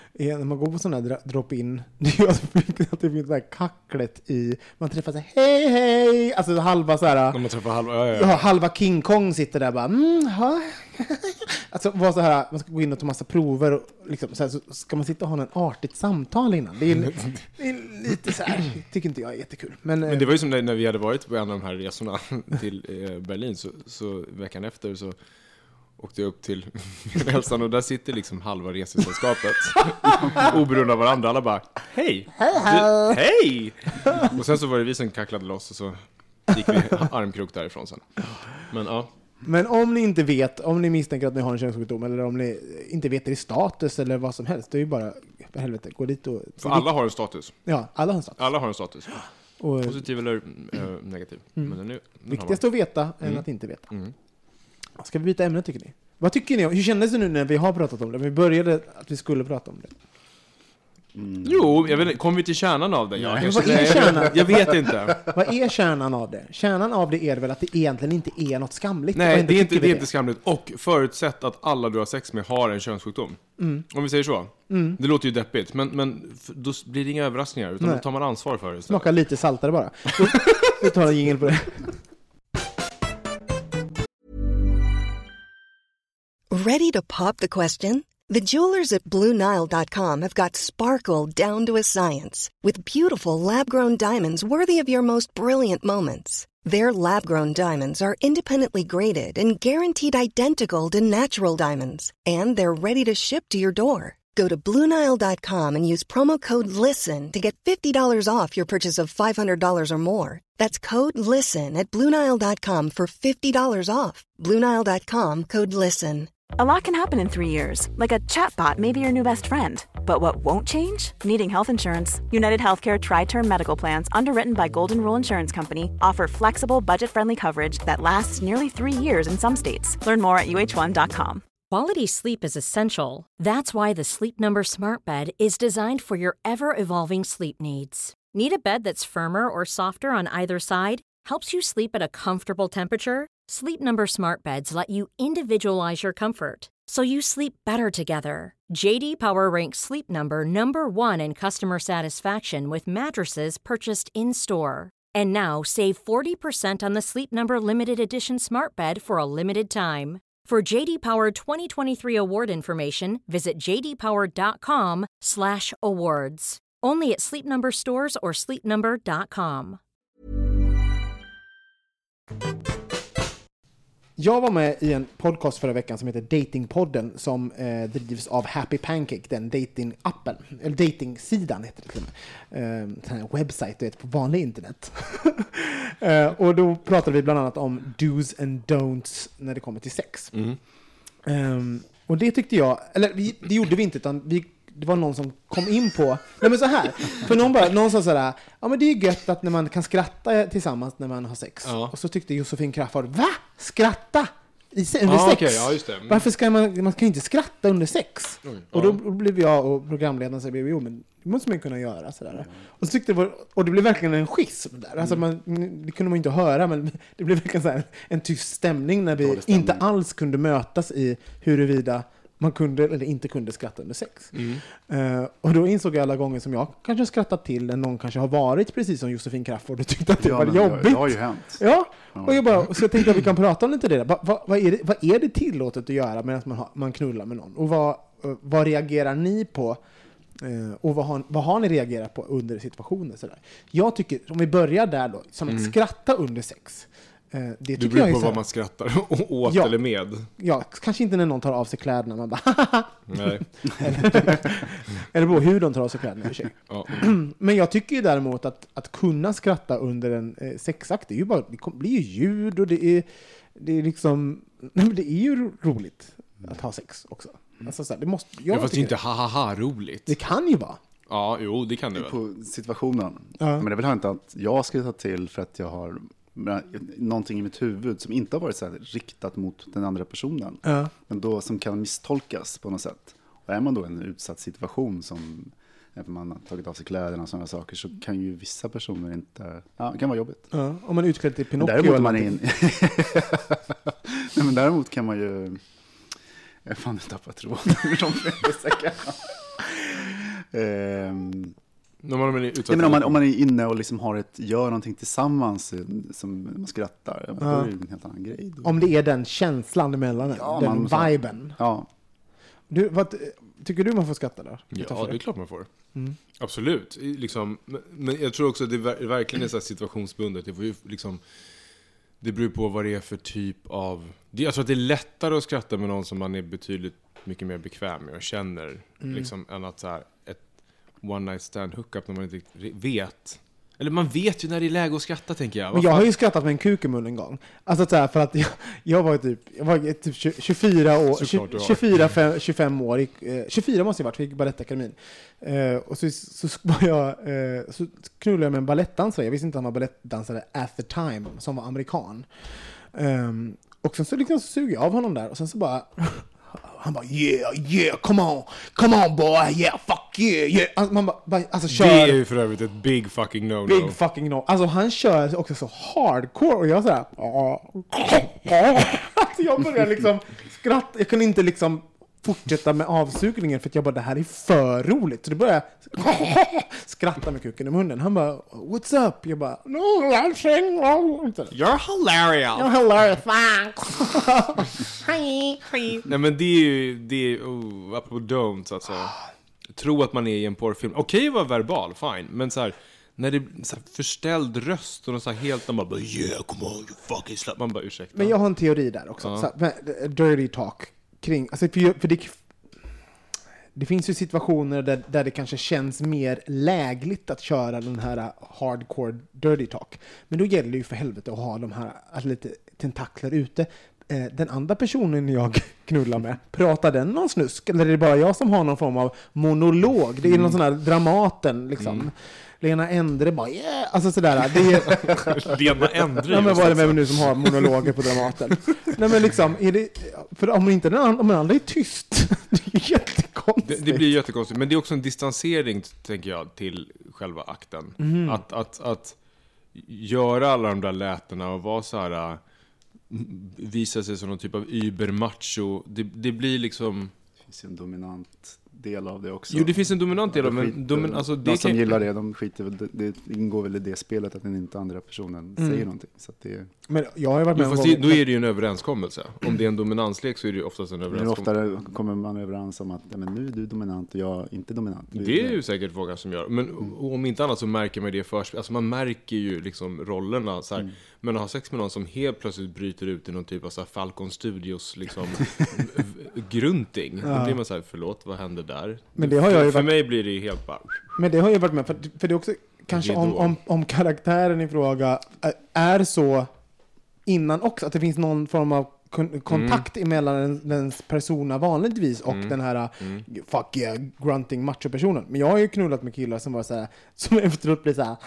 är när man går på sådana här drop-in, det är ju alltså att det finns det här kacklet i, man träffar sig hej hej, alltså halva så här, om man träffar halva, ja, ja, ja. Ja, halva King Kong sitter där bara, mm, ha. Alltså var så här, man ska gå in och ta massa prover och liksom, så, här, så ska man sitta och ha en artigt samtal innan. Det är, det är lite så här, tycker inte jag är jättekul. Men, Men det var ju som när vi hade varit på en av de här resorna till Berlin, så, så veckan efter så åkte jag upp till hälsan och där sitter liksom halva resesällskapet oberoende av varandra. Alla bara, hej! Hej! Hej! Och sen så var det vi som kacklade loss och så gick vi armkrok därifrån sen. Men ja. Men om ni inte vet, om ni misstänker att ni har en könssjukdom eller om ni inte vet er status eller vad som helst, det är ju bara, för helvete, gå dit och... För alla har en status. Ja, alla har en status. Alla har en status. Och, positiv eller äh, negativ. Mm. Men nu, nu viktigast att veta än mm. att inte veta. Mm. Ska vi byta ämne tycker ni? Vad tycker ni? Hur kändes det nu när vi har pratat om det? Vi började att vi skulle prata om det. Mm. Jo, jag vet, kom vi till kärnan av det? Ja, jag, vad är kärnan? Jag vet inte. Vad är kärnan av det? Kärnan av det är väl att det egentligen inte är något skamligt. Nej, det är, inte, det är inte skamligt. Och förutsatt att alla du har sex med har en könssjukdom. Mm. Om vi säger så. Mm. Det låter ju deppigt, men, men då blir det inga överraskningar, utan Nej. Då tar man ansvar för det. Smaka lite saltare bara. Vi tar en jingle på det. Ready to pop the question? The jewelers at Blue Nile dot com have got sparkle down to a science with beautiful lab-grown diamonds worthy of your most brilliant moments. Their lab-grown diamonds are independently graded and guaranteed identical to natural diamonds, and they're ready to ship to your door. Go to Blue Nile dot com and use promo code LISTEN to get fifty dollars off your purchase of five hundred dollars or more. That's code LISTEN at Blue Nile dot com for fifty dollars off. Blue Nile dot com, code LISTEN. A lot can happen in three years, like a chatbot may be your new best friend. But what won't change? Needing health insurance. United Healthcare Tri-Term Medical Plans, underwritten by Golden Rule Insurance Company, offer flexible, budget-friendly coverage that lasts nearly three years in some states. Learn more at U H one dot com. Quality sleep is essential. That's why the Sleep Number Smart Bed is designed for your ever-evolving sleep needs. Need a bed that's firmer or softer on either side? Helps you sleep at a comfortable temperature? Sleep Number Smart Beds let you individualize your comfort, so you sleep better together. J D Power ranks Sleep Number number one in customer satisfaction with mattresses purchased in-store. And now, save forty percent on the Sleep Number Limited Edition Smart Bed for a limited time. For J D Power twenty twenty-three award information, visit j d power dot com slash awards. Only at Sleep Number stores or sleep number dot com. Jag var med i en podcast förra veckan som heter Datingpodden som eh, drivs av Happy Pancake, den datingappen, eller datingsidan heter det till och med. Eh, den här webbsite, du vet, på vanlig internet. eh, och då pratade vi bland annat om do's and don'ts när det kommer till sex. Mm. Eh, och det tyckte jag, eller vi, det gjorde vi inte, utan vi det var någon som kom in på, nej men så här, för någon bara, någon sa sådär, ja men det är gött att när man kan skratta tillsammans när man har sex. Ja. Och så tyckte Josefin Crafoord, va? Skratta? I, under ah, sex? Okay, ja, just det. Mm. Varför ska man, man kan ju inte skratta under sex? Mm. Och då blev jag och programledaren säger, jo men det måste man kunna göra sådär. Mm. Och så tyckte det var, och det blev verkligen en schism där. Alltså man, det kunde man inte höra, men det blev verkligen så här en tyst stämning när vi inte alls kunde mötas i huruvida man kunde eller inte kunde skratta under sex. Mm. Uh, och då insåg jag alla gånger som jag kanske skrattat till när någon kanske har varit precis som Josefin Crafoord och tyckte att det ja, var jobbigt. Det har ju hänt. Ja, och jag bara, så jag tänkte att vi kan prata om lite det där. Va, va, vad, är det, vad är det tillåtet att göra medan man, ha, man knullar med någon? Och vad, uh, vad reagerar ni på? Uh, och vad har, vad har ni reagerat på under situationer? Sådär? Jag tycker, om vi börjar där då, som att mm. skratta under sex. Det du beror på vad man skrattar åt ja, eller med. Ja, kanske inte när någon tar av sig kläderna. Man bara, nej. eller, eller på hur de tar av sig kläderna. Ja. Men jag tycker ju däremot att, att kunna skratta under en eh, sexakt, det är ju bara, det blir ju ljud och det är, det är liksom, det är ju roligt att ha sex också. Alltså, så här, det måste, jag ja, fast det är inte ha-ha-ha roligt. Det kan ju vara. Ja, jo, det kan det väl. På situationen. Ja. Men det vill ha inte att jag ska ta till för att jag har någonting i mitt huvud som inte har varit så här riktat mot den andra personen. Ja. Men då som kan misstolkas på något sätt. Och är man då i en utsatt situation som man har tagit av sig kläderna och sådana saker, så kan ju vissa personer inte, ja, det kan vara jobbigt. Ja, om man är utklädd till Pinocchio. Men däremot, man är in... Nej, men däremot kan man ju, jag fan inte tappa tråden. ehm, När man är Nej, men om, man, om man är inne och liksom har ett, gör någonting tillsammans som man skrattar, ja. Då är det en helt annan grej. Då. Om det är den känslan emellan, ja, den man, viben. Ja. Du, vad, tycker du man får skratta där? Ja, det är klart man får. Mm. Absolut. Liksom, men jag tror också att det verkligen är så här situationsbundet. Det får ju liksom... Det beror på vad det är för typ av... Jag tror att det är lättare att skratta med någon som man är betydligt mycket mer bekväm med och känner. Mm. Liksom, än att så här, ett one night stand hookup när man inte vet. Eller man vet ju när det är läge att skratta, tänker jag. Men jag har ju skrattat med en kuk i mun en gång. Alltså så här, för att jag, jag var typ, jag var typ tjugofyra år, tjugofyra, tjugofem år, tjugofyra måste jag varit, fick Balettakademin. Uh, och så, så var jag, uh, så knullade jag med en balettdansare. Jag visste inte att han var balettdansare at the time, som var amerikan. Um, och sen så liksom så suger jag av honom där, och sen så bara... Han bara, yeah, yeah, come on, come on boy, yeah, fuck yeah, yeah. Alltså, man bara, alltså kör. Det är ju för övrigt ett big fucking no-no. Big fucking no. Alltså han kör också så hardcore, och jag såhär, alltså jag börjar liksom skratta, jag kunde inte liksom fortsätta med avsugningen för att jag bara, det här är för roligt. Så det började skratta med kuken i munnen. Han bara, what's up? Jag bara, no, nothing. You're hilarious. You're hilarious, thanks. Hej, hej. Nej, men det är ju, det är, oh, up or don't, så att säga. Tro att man är i en porrfilm. Okej, okay, var verbal, fine. Men så här, när det är så här förställd röst och så här helt, man bara, yeah, come on, you fucking slap. Man bara, ursäkta. Men jag har en teori där också. Ja. Så här, dirty talk. Kring, alltså för, för det, det finns ju situationer där, där det kanske känns mer lägligt att köra den här hardcore dirty talk. Men då gäller det ju för helvete att ha de här alltså lite tentakler ute. Eh, den andra personen jag knullar med, pratar den någon snusk? Eller är det bara jag som har någon form av monolog? Det är mm. någon sån här Dramaten liksom. Mm. Lena Endre bara, yeah! Alltså sådär. Det är... Lena Endre? Ja, men vad är det med nu som har monologer på Dramaten? Nej, men liksom, är det... För om inte den andra, om den andra är tyst, det är ju jättekonstigt. Det, det blir jättekonstigt, men det är också en distansering, tänker jag, till själva akten. Mm. Att, att, att göra alla de där lätena och vara så här... Visa sig som någon typ av übermacho. Det, det blir liksom... Det finns en dominant del av det också. Jo, det finns en dominant del av det, men domin, alltså, det de som kan... gillar det, de skiter väl, det, det ingår väl i det spelet att den inte andra personen mm. säger någonting. Så att det... Men jag har varit med jo, fast det, då är det ju en överenskommelse. Om det är en dominanslek så är det ju oftast en överenskommelse. Men ofta kommer man överens om att ja, men nu är du dominant och jag inte dominant. Det är ju säkert många som gör. Men mm. om inte annat så märker man det först. Alltså man märker ju liksom rollerna så här. Mm. Men att ha sex med någon som helt plötsligt bryter ut i någon typ av så här Falcon Studios liksom grunting. Ja. Då blir man så här, förlåt, vad hände där? Men det har jag ju för varit... mig blir det ju helt bara... Men det har jag varit med, för, för det är också kanske om, om, om karaktären i fråga är så innan också, att det finns någon form av kontakt mm. emellan dens persona vanligtvis och mm. den här mm. fuck yeah, grunting macho-personen. Men jag har ju knullat med killar som var så här, som efteråt blir så här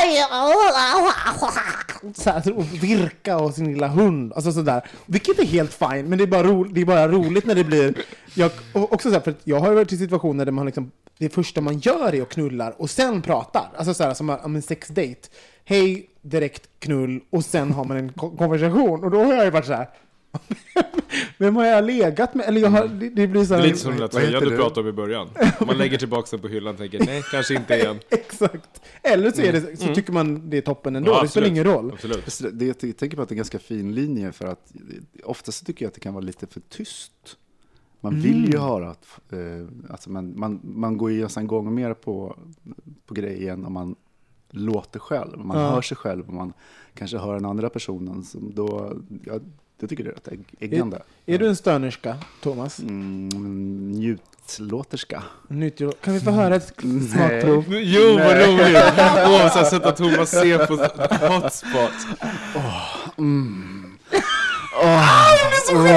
så här, och virka och sin lilla hund, alltså sådär. Vilket är helt fine, men det är bara, ro, det är bara roligt när det blir jag, också så här, för jag har varit i situationer där man liksom, det första man gör är att knullar och sen pratar. Alltså så här, som en sex date. Hej, direkt knull och sen har man en konversation. Och då har jag ju varit så här. Vem har jag legat med? Eller jag har, det, det blir så här, det är lite som den där tröjan du pratade om i början. Man lägger tillbaka den på hyllan och tänker, nej, kanske inte igen. Exakt. Eller så, är det, så mm. tycker man det är toppen ändå. Ja, det spelar ingen roll. Absolut. Det, jag tänker på att det är en ganska fin linje, för att oftast tycker jag att det kan vara lite för tyst. Man vill mm. ju höra att eh, alltså man, man, man går ju en gång mer på, på grejen om man låter själv. Man ja. hör sig själv och man kanske hör den andra personen. Som då, ja, jag tycker det är rätt äggande. Är, är du en stönerska, Thomas? Mm, njutlåterska. Njut, kan vi få höra ett smakprov? Jo, vad roligt! Åh, så sätta Thomas se på hotspot. Åh, mm. Åh, jag blir så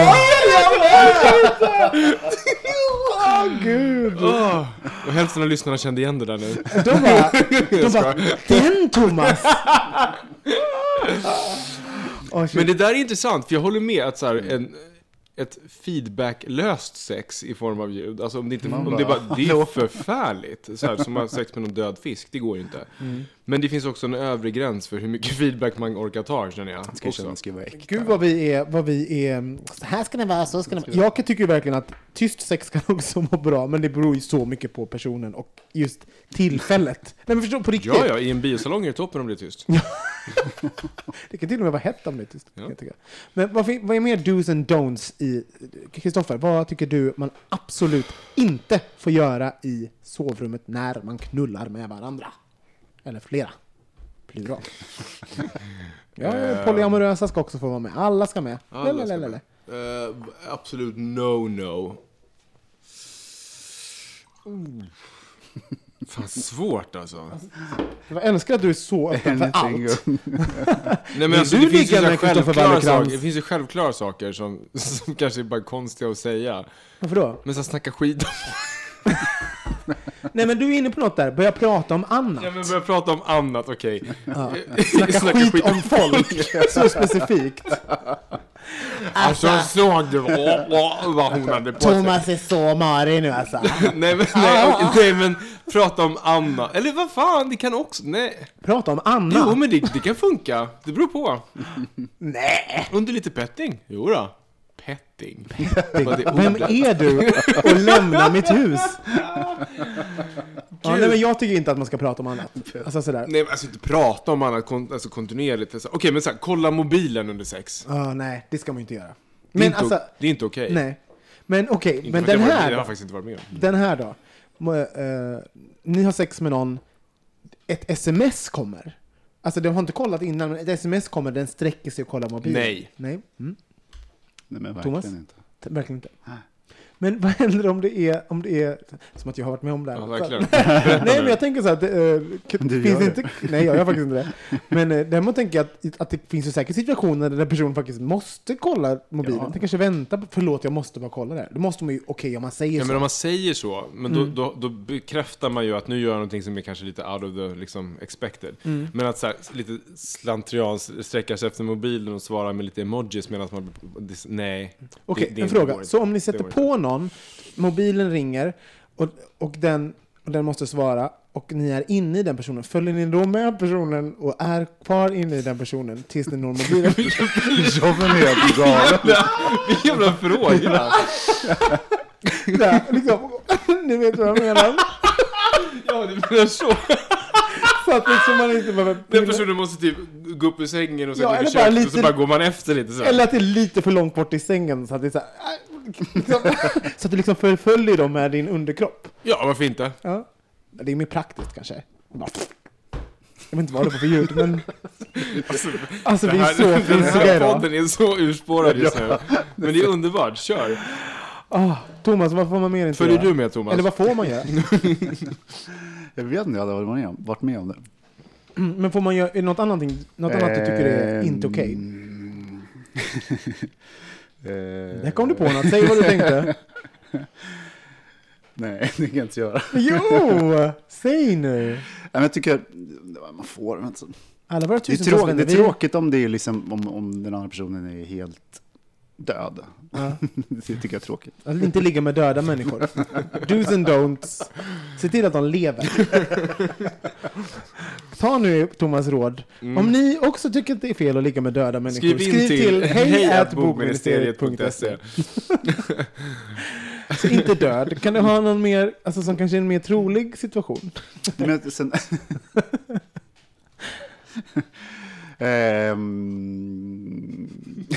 Åh, gud. Oh. Och hälften av lyssnarna kände igen det där nu. De bara, de bara den Thomas. Oh, men det där är intressant, för jag håller med att så här, en, ett feedback-löst sex i form av ljud, alltså om det inte, om det, bara, det är förfärligt så här, som att ha sex med någon död fisk, det går ju inte. Mm. Men det finns också en övre gräns för hur mycket feedback man orkar ta, känner jag. Ska känna ska vara äkta. Gud vad vi är, vad vi är. Här ska det vara, så ska det vara. Jag tycker verkligen att tyst sex kan också må bra, men det beror ju så mycket på personen och just tillfället. Nej men förstå på riktigt. Ja, ja, i en biosalong är det toppen om det är tyst. Det kan till och med vara hett om det är tyst. Ja. Jag tycker. Men vad, vad är mer do's and don'ts i Kristoffer? Vad tycker du man absolut inte får göra i sovrummet när man knullar med varandra? Eller flera. Plural. Ja, polyamorösa ska också få vara med. Alla ska med. Alla ska med. Uh, absolut no no. Uh. Fan svårt alltså. Jag älskar att du är så öppen för allt. Nej, men alltså, det, finns ju så självklara saker, det finns ju självklara saker som, som kanske är bara konstiga att säga. Varför då? Men så snacka skit om. Nej men du är inne på något där. Börja prata om annat. Ja men börja prata om annat, okej. Okay. Ja. Snacka, snacka skit, skit om folk. Så specifikt. Alltså, alltså såg du vad, vad hon hade på sig. Thomas är så marig nu alltså. nej, men, nej, okay, nej men prata om annat. Eller vad fan, det kan också, nej. Prata om annat? Jo men det, det kan funka, det beror på. Nej. Under lite petting, jo då. Petting. Petting. Vem är du och lämna mitt hus? Ja, nej, men jag tycker inte att man ska prata om annat. Alltså sådär. Nej, alltså inte prata om annat kon- alltså kontinuerligt. Okej, okay, men så här, kolla mobilen under sex. Ja, uh, nej, det ska man ju inte göra. Det men är inte, alltså, det är inte okej. Okay. Nej. Men okej, okay, men den här med, då, har faktiskt inte varit med om. Den här då. Uh, ni har sex med någon, ett sms kommer. Alltså de har inte kollat innan, men ett sms kommer, den sträcker sig och kollar mobilen. Nej. Nej. Mm. Nej, men verkligen Thomas? inte. Verkligen inte. Nej. Men vad händer om det är, om det är som att jag har varit med om det här? Ja, verkligen. Nej, men jag tänker så att det äh, finns inte, nej, jag gör faktiskt inte det. Men äh, däremot tänker jag att, att det finns ju säkert situationer där personen faktiskt måste kolla mobilen. Ja. Den kanske väntar på, förlåt, jag måste bara kolla det här. Då måste man ju, okej, okay, om man säger ja, så. Men om man säger så, men då, mm. då, då bekräftar man ju att nu gör jag någonting som är kanske lite out of the liksom, expected. Mm. Men att så här, lite slantrian sträcka sig efter mobilen och svara med lite emojis medan man, nej. Okej, okay, en fråga. Så om ni sätter på någon, mobilen ringer och, och, den, och den måste svara och ni är inne i den personen, följer ni då med personen och är kvar inne i den personen tills ni når mobilen? Jag är helt galen. Vilken jävla fråga. Ja, liksom, ni vet vad jag menar. Ja, det blir så. Så att liksom man inte bara... Den personen måste typ gå upp ur sängen och så, ja, i köket, lite, och så bara går man efter lite så. Eller att det är lite för långt bort i sängen så att det är så här, så att du liksom förföljer dem med din underkropp. Ja, varför inte? Ja. Det är mer praktiskt kanske. Jag vet inte vad det var för ljud, men... Alltså, alltså vi är här, så finsiga idag. Podden är så urspårad just nu. Men det är underbart, kör. Oh, Thomas, vad får man mer inte Följer göra? du med, Thomas? Eller vad får man göra? Jag vet inte, jag hade varit med om, varit med om det. Mm, men får man göra, är det något annat, något annat du tycker är inte okej? Okay? Där kom du på något, säg vad du tänkte. Nej, det kan jag inte göra. Jo, säg nu. Nej, men jag tycker man får inte. Alla våra det, är tråk, det är tråkigt om det är liksom om, om den andra personen är helt död. Ja. Det tycker jag är tråkigt. Alltså inte ligga med döda människor. Do's and don'ts. Se till att de lever. Ta nu Thomas råd. Mm. Om ni också tycker att det är fel att ligga med döda människor, skriv in skriv till, till hej at bokministeriet punkt se. Så inte död. Kan du ha någon mer, alltså som kanske är en mer trolig situation? Men sen... um...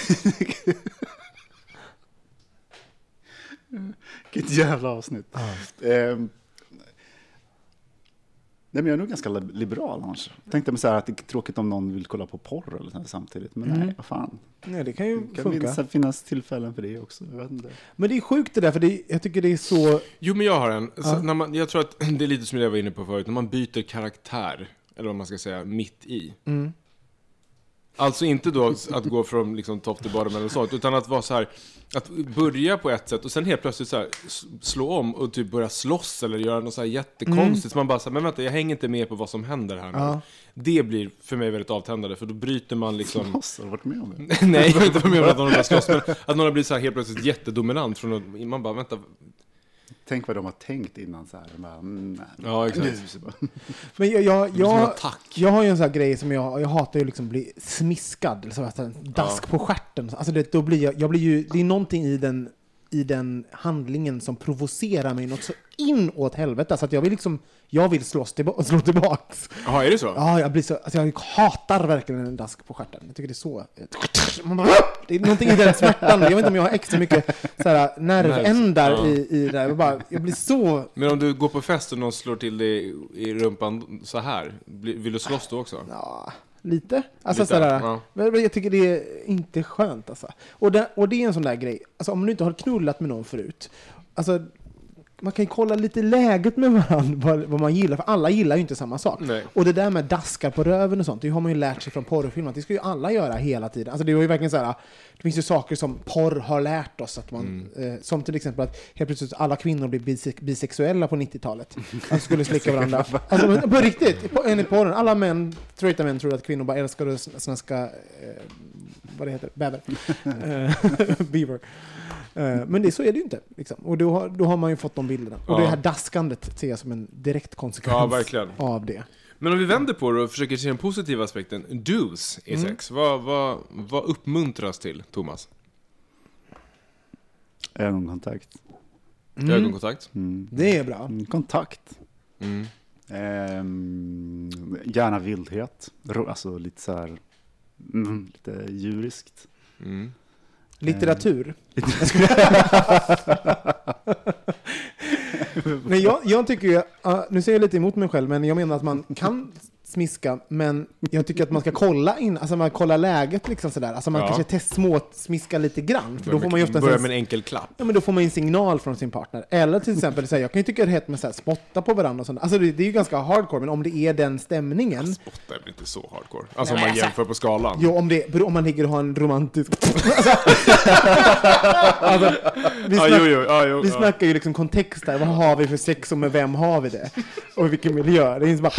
Vilket jävla avsnitt. Ah. Um... Nej, men jag är nog ganska liberal annars. Tänkte mig så här att det är tråkigt om någon vill kolla på porr eller så här samtidigt. Men mm. nej, vad fan. Nej, det kan ju det kan funka. Det kan finnas tillfällen för det också. Jag vet inte. Men det är sjukt det där, för det, jag tycker det är så... Jo, men jag har en. Ja. Så när man, jag tror att det är lite som jag var inne på förut. När man byter karaktär, eller vad man ska säga, mitt i. Mm. Alltså inte då att gå från liksom topp till bottom eller sånt, utan att vara så här, att börja på ett sätt och sen helt plötsligt så här slå om och typ börja slåss eller göra något så här jättekonstigt. Mm. Så man bara så här, men vänta, jag hänger inte med på vad som händer här nu. Ja. Det blir för mig väldigt avtändande, för då bryter man liksom... Slåss, har du varit med om det? Nej, jag har inte varit med om att någon har slåss, men att någon har blivit så här helt plötsligt jättedominant från att man bara, vänta... tänk vad de har tänkt innan så här. De bara, mm, nej. Ja, exakt. Men jag, jag, Det blir som jag, en attack. jag har ju en sån här grej som jag, jag hatar ju liksom bli smiskad, eller så att en dask på stjärten. Alltså det, då blir jag, jag blir ju, det är någonting i den, i den handlingen som provocerar mig något så in åt helvete. Alltså att jag vill liksom, jag vill slås tillba- slå tillbaks. Jaha, är det så? Ja, jag blir så, alltså jag hatar verkligen en dask på stjärten. Jag tycker det är så. Man bara, det är någonting i den smärtan. Jag vet inte om jag har extra mycket så här nervändar Ja. i, i det där. Jag, bara, jag blir så... Men om du går på fest och någon slår till dig i rumpan så här, blir- vill du slåss då också? Ja, lite. Alltså Lite, sådär, ja. men jag tycker det är inte skönt alltså. Och det, och det är en sån där grej. Alltså om du inte har knullat med någon förut. Alltså man kan ju kolla lite läget med varandra, vad, vad man gillar. För alla gillar ju inte samma sak. Nej. Och det där med daskar på röven och sånt, det har man ju lärt sig från porrfilmer. Det ska ju alla göra hela tiden. Alltså det var ju verkligen så här. Det finns ju saker som porr har lärt oss. Att man, mm. eh, som till exempel att helt plötsligt alla kvinnor blev bise- bisexuella på nittiotalet. Alltså skulle slicka varandra. Alltså men på riktigt, på, enligt porren. Alla män, straighta män tror att kvinnor bara älskar att snaska, eh, vad det heter, bäver. Beaver. Men det, så är det ju inte. Liksom. Och då har, då har man ju fått de bilderna. Och Ja. det här daskandet ser jag som en direkt konsekvens Ja, verkligen. av det. Men om vi vänder på det och försöker se den positiva aspekten, dos i sex, vad, vad, vad uppmuntras till, Thomas? Ögonkontakt. Mm. Ögonkontakt? Mm. Det är bra. Mm, kontakt. Mm. Ehm, gärna vildhet. Ro- Alltså lite så här, mm, lite djuriskt. Mm. Litteratur. Men jag, jag tycker ju, uh, nu säger jag lite emot mig själv, men jag menar att man kan smiska, men jag tycker att man ska kolla in, alltså man kollar läget liksom sådär. Alltså man Ja. kanske test små smiska lite grann, för då får man ju ofta Börja en, med en enkel klapp. ja, men då får man ju en signal från sin partner. Eller till exempel så här, jag kan ju tycka det är hett med så här, spotta på varandra och sånt. Alltså det, det är ju ganska hardcore, men om det är den stämningen. Spotta är väl inte så hardcore. Alltså om Nej, man men jämför på skalan. Jo, om, det, om man ligger och har en romantisk... alltså, vi, Ja, snack, jo, jo, ja, jo, vi ja. snackar ju liksom kontext där. Vad har vi för sex och med vem har vi det? Och i vilken miljö? Det är inte bara...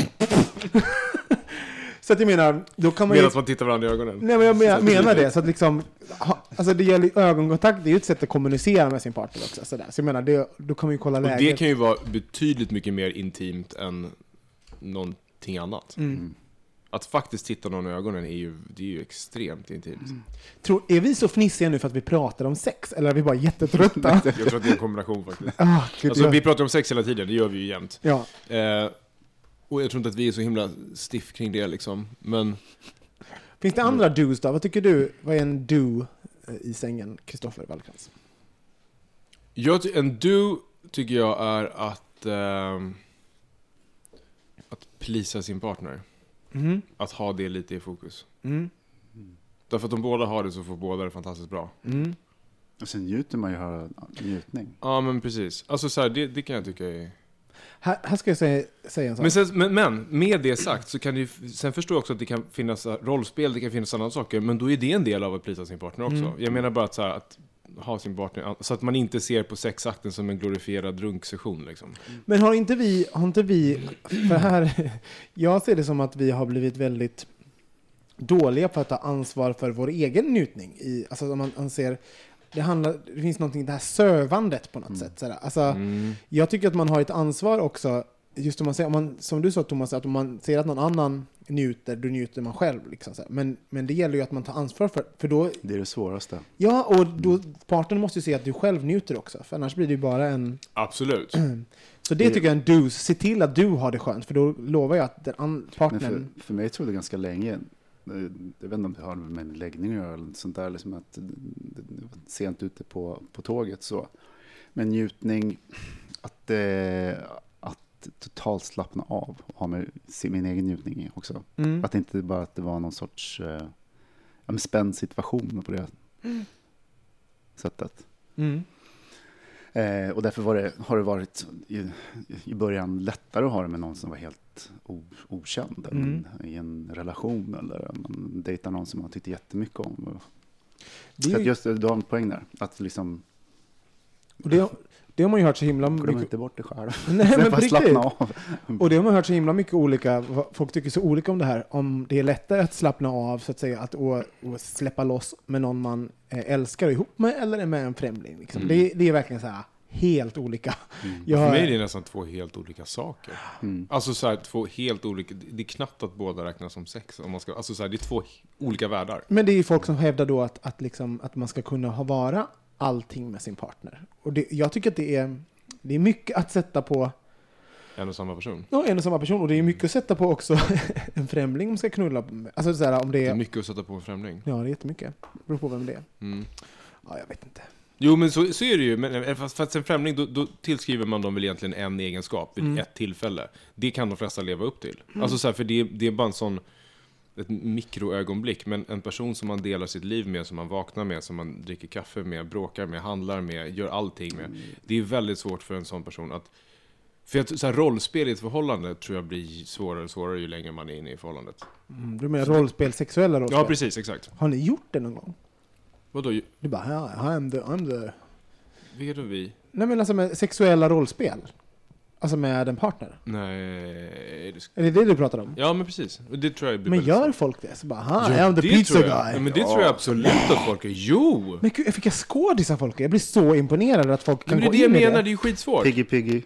Så att jag menar, då kan man ju... Medan man tittar varandra i ögonen. Nej, men jag men- menar det. Så att liksom... Ha, alltså det gäller ögonkontakt, det är ju ett sätt att kommunicera med sin partner också. Sådär. Så jag menar, det, då kan man ju kolla Och läget. det kan ju vara betydligt mycket mer intimt än någonting annat. Mm. Att faktiskt titta någon i ögonen är ju, det är ju extremt intimt. Mm. Tror, är vi så fnissiga nu för att vi pratar om sex? Eller är vi bara jättetrötta? Jag tror att det är en kombination faktiskt. ah, gud, Alltså, jag, vi pratar om sex hela tiden, det gör vi ju jämt. ja. Eh, och jag tror inte att vi är så himla stiff kring det liksom. Men Finns det andra do's då? Vad tycker du? Vad är en do eh, i sängen, Kristoffer Wallkrantz? jag ty- en do tycker jag är att ehm, att plisa sin partner. Mm. Att ha det lite i fokus. Mm. Därför att om båda har det så får båda det fantastiskt bra. Mm. Och sen njuter man ju av njutning. Ja, men precis. Alltså så här, det, det kan jag tycka är... Här, här ska jag säga, säga en sak. Men, sen, men, men med det sagt så kan det ju, sen förstår jag också att det kan finnas rollspel, det kan finnas andra saker, men då är det en del av att plisa sin partner också. Mm. Jag menar bara att, så här, att ha sin partner, så att man inte ser på sexakten som en glorifierad runksession liksom. Men har inte vi, har inte vi, för här, jag ser det som att vi har blivit väldigt dåliga på att ta ansvar för vår egen njutning. I, alltså om man anser, det handlar, det finns någonting, det här sövandet på något Mm. sätt. Sådär. Alltså, Mm. jag tycker att man har ett ansvar också, just om man ser, om man, som du sa Thomas, att om man ser att någon annan njuter, då njuter man själv. Liksom, sådär. Men, men det gäller ju att man tar ansvar för, för då, Det är det svåraste. ja, och då, partnern måste ju se att du själv njuter också, för annars blir det ju bara en... Absolut. Så det Det- tycker jag är en do. Se till att du har det skönt, för då lovar jag att den an- Men partnern... för, för mig tror jag det ganska länge, eh, jag vet inte om det har med en läggning att göra eller något sånt där, liksom att det det var sent ute på, på tåget så. Men njutning, att, eh, att totalt slappna av och ha med se min egen njutning i också. Mm. Att det inte bara att det var någon sorts eh, ja, men spänd situation på det sättet. Mm. Eh, och därför var det, har det varit i, i början lättare att ha det med någon som var helt o, okänd eller Mm. i en relation eller om man dejtar någon som man tyckte jättemycket om. Det, Så är att ju, just det, du har en poäng där. Att liksom, och det, det har man ju hört så himla glöm mycket... inte bort det själv. Nej, Sen men på bara slappna riktigt. av. Och det har man hört så himla mycket olika... vad Folk tycker så olika om det här. Om det är lättare att slappna av, så att säga, att och, och släppa loss med någon man eh, älskar ihop med, eller är med en främling. Liksom. Mm. Det, det är verkligen så här helt olika. Mm. Jag, För mig är det nästan två helt olika saker. Mm. Alltså så här, två helt olika, det är knappt att båda räknas som sex. Om man ska, alltså så här, det är två olika världar. Men det är ju folk som hävdar då att, att, liksom, att man ska kunna ha vara allting med sin partner. Och det, jag tycker att det är, det är mycket att sätta på En och samma person. ja, en och samma person. Och det är mycket att sätta på också en främling man ska knulla. Alltså så här, om det är... Det är mycket att sätta på en främling. Ja, det är jättemycket. Det beror på vem det är. Mm. Ja, jag vet inte. Jo, men så, så är det ju. Men fast, fast en främling, då, då tillskriver man dem väl egentligen en egenskap vid Mm. ett tillfälle. Det kan de flesta leva upp till. Mm. Alltså så här, för det, det är bara en sån ett mikroögonblick, men en person som man delar sitt liv med, som man vaknar med, som man dricker kaffe med, bråkar med, handlar med, gör allting med. Det är väldigt svårt för en sån person att... För att så här, rollspel i ett förhållande tror jag blir svårare och svårare ju längre man är inne i förhållandet. Mm, du menar rollspel, sexuella rollspel? Ja, precis, exakt. Har ni gjort det någon gång? Vadå? Du bara, ja, I'm the, I'm the... Vet du vi? Nej, men alltså med sexuella rollspel. Alltså med en partner. Nej, det ska... Är det det du pratar om? Ja, men precis. Det tror jag blir Men väldigt gör svårt. folk det? Så bara, ha, Ja, I'm the det pizza tror jag. guy. Ja, men det tror jag absolut att folk är. Jo! Men gud, vilka skådisar folk är. Jag blir så imponerad att folk kan Men det är gå det jag in i menar, det. det är ju skitsvårt. Piggy Piggy.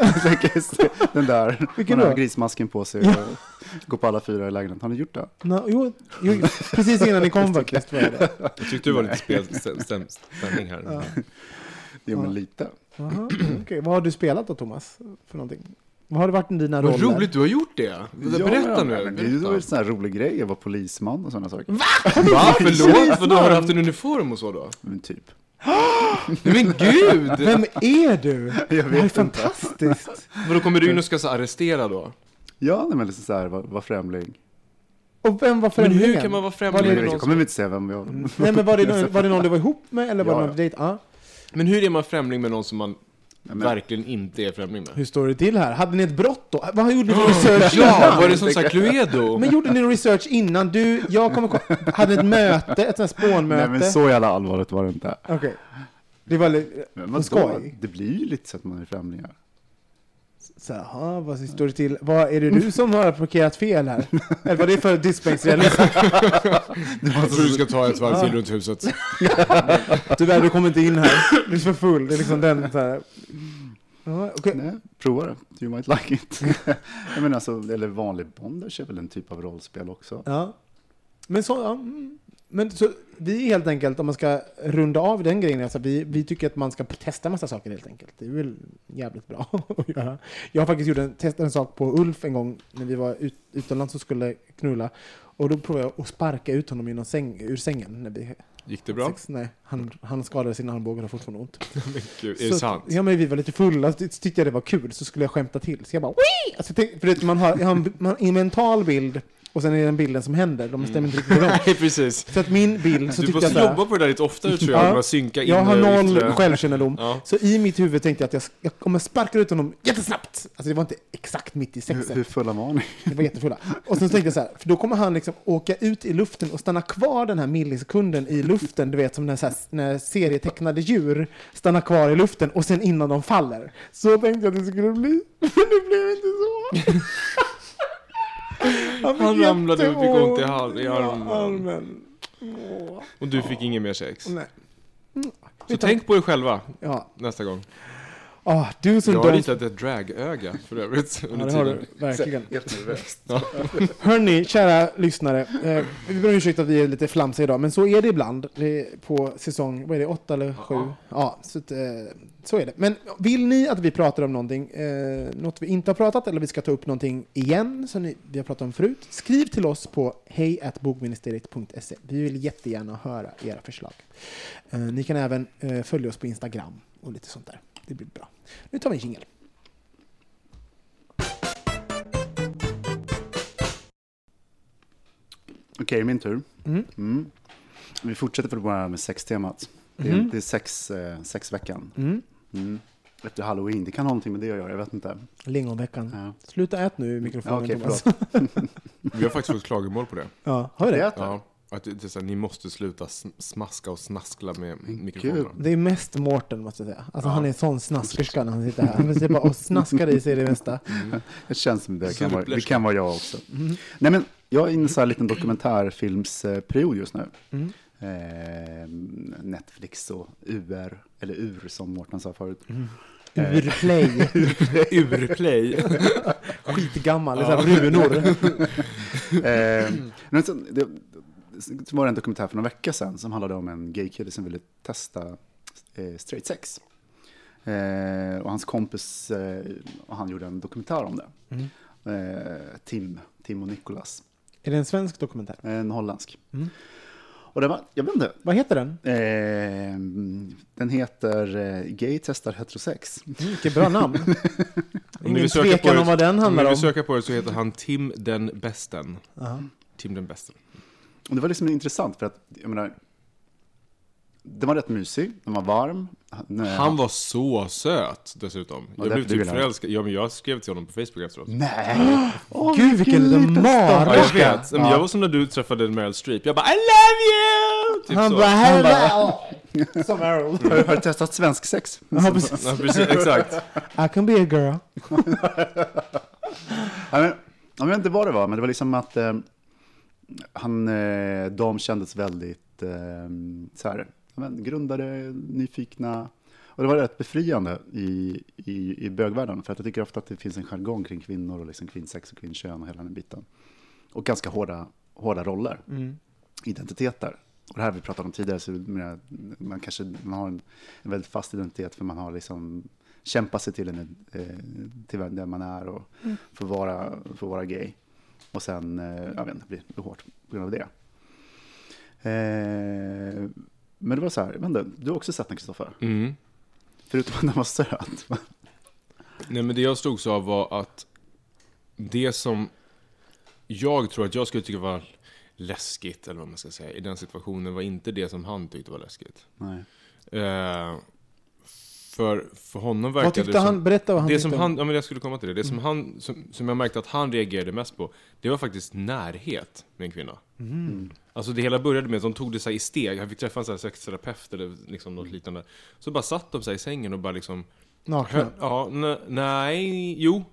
Den där. Vilken Man har då? grismasken på sig och går på alla fyra i lägenheten. Har ni gjort det? No, jo, jo, precis innan ni kom faktiskt var det. Jag tyckte det var lite spelstämning här. Ja. Jo, men lite. Aha, okej. Vad har du spelat då, Thomas? För någonting? Vad har det varit i dina Vad roller? roligt, du har gjort det. Berätta ja, nu. Men det är ju en sån här rolig grej att vara polisman och sådana saker. Va? Förlåt? Vadå, har du haft en uniform och så då? Men typ. Nej men gud! Vem är du? Jag Det här är vet inte. fantastiskt. Vadå, kommer du in och ska så arrestera då? Ja, nej, men liksom så här, var, var främling. Och vem var Men främlingen? hur kan man vara främling Var det- med Jag någon kommer som... inte säga vem jag... Nej, men var det, någon, var det någon du var ihop med? Eller var Ja, det någon ja. dejt? Ja. Men hur är man främling med någon som man men- verkligen inte är främling med? Hur står det till här? Hade ni ett brott då? Vad gjorde ni för research Ja, innan? var det som sagt Cluedo? Men gjorde ni någon research innan? Du, jag kommer ko- hade ett möte, ett sånt här spånmöte. Nej, men så jävla allvarligt var det inte. Okej. Det var lite Men på vadå? skoj. Det blir ju lite så att man är främlingar. Så här, vad står det till? Vad är det du som har parkerat fel här? Eller vad är det för dispensrealism? Jag tror du ska ta ett varv till runt huset. Tyvärr, du kommer inte in här. Du är för full. Det är liksom den så här. Ja, okej. Nej, prova det. You might like it. Jag menar alltså, eller vanlig bondage är väl en typ av rollspel också. Ja. Men så, ja. mm. Men så, vi helt enkelt, om man ska runda av den grejen, alltså vi, vi tycker att man ska testa massa saker helt enkelt. Det är väl jävligt bra att göra. Jag har faktiskt gjort en, testat en sak på Ulf en gång när vi var ut, utomlands och skulle knulla. Och då provade jag att sparka ut honom i någon säng, ur sängen. När vi, Gick det bra? sex, nej, han, han skadade sin armbåge och har fortfarande ont. Men gud, är Så det sant? att- Ja, men vi var lite fulla, så tyckte jag det var kul, så skulle jag skämta till. Så jag bara, Wii! Alltså, tänk, för det, man har, jag har en, man, en mental bild, och sen är det den bilden som händer. De stämmer inte riktigt med dem. Nej, precis. Så att min bild, så Du tyckte måste jag så här, jobba på det där lite oftare tror jag. Ja. Ja. Att synka in jag har och noll yttre. självkännedom. Ja. Så i mitt huvud tänkte jag att jag, jag kommer sparka ut honom jättesnabbt. Alltså det var inte exakt mitt i sexet. Hur, hur fulla var ni? Det var jättefulla. Och sen tänkte jag så här, för då kommer han liksom åka ut i luften och stanna kvar den här millisekunden i luften, du vet, som när, så här, när serietecknade djur stannar kvar i luften och sen innan de faller. Så tänkte jag att det skulle bli, men det blev inte så. Han, Han ramlade och fick ont i jätteont hal- i armen. armen. Åh, Och du fick ingen mer sex. nej. Mm. Så tänk på er själva Ja. nästa gång. Ah, du som Jag har don't- ritat ett dragöga för övrigt Ja, under det har tiden. du verkligen. Helt nervöst. Hörni, kära lyssnare. Eh, vi ber om ursäkt att vi är lite flamsiga idag, men så är det ibland. Det är på säsong, vad är det, åtta eller sju? Ja, ja så, att, eh, så är det. Men vill ni att vi pratar om någonting, eh, något vi inte har pratat, eller vi ska ta upp någonting igen som ni, vi har pratat om förut, skriv till oss på hej at bogministeriet punkt se. Vi vill jättegärna höra era förslag. Eh, ni kan även eh, följa oss på Instagram och lite sånt där. Det blir bra. Nu tar vi en jingle. Okej, min tur. Mm. Mm. Vi fortsätter för bara med sextemat. Det är, Mhm. det är sex, eh, sexveckan. Mm. Mm. Efter Halloween. Det kan ha någonting med det att göra, jag vet inte. Lingonveckan. Ja. Sluta ät nu i mikrofonen, Ja, okej, Thomas. Vi har faktiskt fått klagomål på det. Ja, har vi det? Ät. Ja, att det är så här, ni måste sluta sm- smaska och snaskla med Men mikrofonerna. Det är mest Mårten, måste jag säga. Alltså Ja. han är en sån snaskerska när han sitter här. Han sitter bara och snaskar i sig det mesta. Det känns som det Så kan, vara, det uppläst. kan vara jag också. Mm. Nej, men jag är inne i en sån här liten dokumentärfilmsperiod just nu. Mm. eh, Netflix och U R, eller U R som Mårten sa förut. Mm. Urplay. Urplay. Skitgammal, ja. Runor. eh, men så, det, det var en dokumentär för några veckor sedan som handlade om en gaykille som ville testa eh, straight sex. Eh, och hans kompis eh, och han gjorde en dokumentär om det. Mm. Eh, Tim, Tim och Nicholas. Är det en svensk dokumentär? En holländsk. Mm. Och det var, jag vet inte. Vad heter den? Eh, den heter eh, Gay testar heterosex. Mm, vilket bra namn. Ingen tvekan tvekan om vad den handlar om. Om om. vi söker på det så heter han Tim den Bästen. Uh-huh. Tim den Bästen. Och det var liksom intressant för att, jag menar, den var rätt mysig, den var varm. Han, han var så söt dessutom. Jag blev typ förälskad. Ja, men jag skrev till honom på Facebook efteråt. Nej! Oh, Gud, vilken liten mar! Ja, jag vet. Ja. Jag var som när du träffade Meryl Streep. Jag bara, I love you! Typ han så. bara, hello! Som Meryl. Har, har du testat svensk sex? Ja, precis. Ja, precis, exakt. I can be a girl. Ja, men, jag vet inte vad det var, men det var liksom att eh, han, eh, de kändes väldigt eh, så här, men, grundade, nyfikna. Och det var rätt befriande i, i, i bögvärlden. För att jag tycker ofta att det finns en jargong kring kvinnor och liksom kvinnsex och kvinnkön och hela den biten. Och ganska hårda, hårda roller. Mm. Identiteter. Och det här vi pratade om tidigare, så man, man kanske man har en, en väldigt fast identitet för man har liksom kämpat sig till, en, eh, till där man är och mm. får, vara, får vara gay. Och sen, eh, jag vet inte, blir det hårt på grund av det. Eh, men det var så här, vänta, du har också sett den, Kristoffer? Mm. Förutom att den var söt. Nej, men det jag stod så var att det som jag tror att jag skulle tycka var läskigt, eller vad man ska säga, i den situationen var inte det som han tyckte var läskigt. Nej. Eh, för, för honom verkade vad tyckte det som, han? Berätta vad han det tyckte. Som han, ja, men jag skulle komma till det. Det mm. som, han, som, som jag märkte att han reagerade mest på, det var faktiskt närhet med en kvinna. Mm. Alltså det hela började med att de tog det sig i steg. Han fick träffa en sån här sexterapeut eller liksom något liknande. Så bara satt de sig i sängen och bara liksom... Nakna? Ja, n- nej, jo...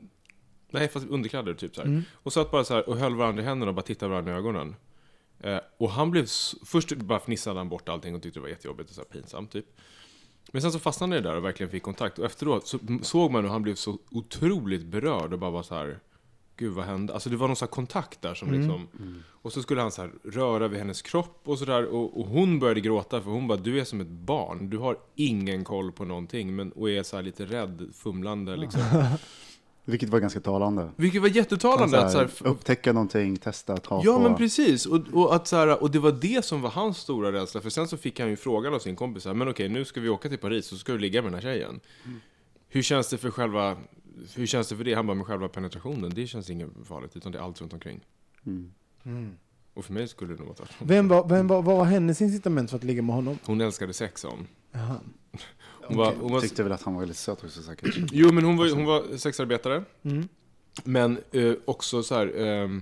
Nej, fast underkläder typ så här. Mm. Och satt bara så här och höll varandra i händerna och bara tittade varandra i ögonen. Eh, och han blev... Först bara fnissade han bort allting och tyckte det var jättejobbigt och så här pinsamt typ. Men sen så fastnade det där och verkligen fick kontakt. Och efteråt så såg man hur han blev så otroligt berörd och bara var så här... Gud, vad hände? Alltså det var någon sån här kontakt där som mm. liksom... Mm. Och så skulle han så här röra vid hennes kropp och sådär. Och, och hon började gråta för hon bara, du är som ett barn. Du har ingen koll på någonting. Men, och är så här lite rädd, fumlande liksom. Vilket var ganska talande. Vilket var jättetalande. Så här, att så här, upptäcka någonting, testa, ta ja, på. men precis. Och, och, att, så här, och det var det som var hans stora rädsla. För sen så fick han ju frågan av sin kompis. Här, men okej, nu ska vi åka till Paris och så ska du ligga med den här tjejen. Mm. Hur känns det för själva... Hur känns det för det? Han bara, med själva penetrationen, det känns inget farligt, utan det är allt runt omkring. Mm. Mm. Och för mig skulle det nog vara tvärtom. Vem var, vem var, vad var hennes incitament för att ligga med honom? Hon älskade sex om. Jaha. Hon var, hon var, tyckte väl att han var väldigt söt också säkert. Jo, men hon var, hon var sexarbetare. Mm. Men eh, också så här... Um,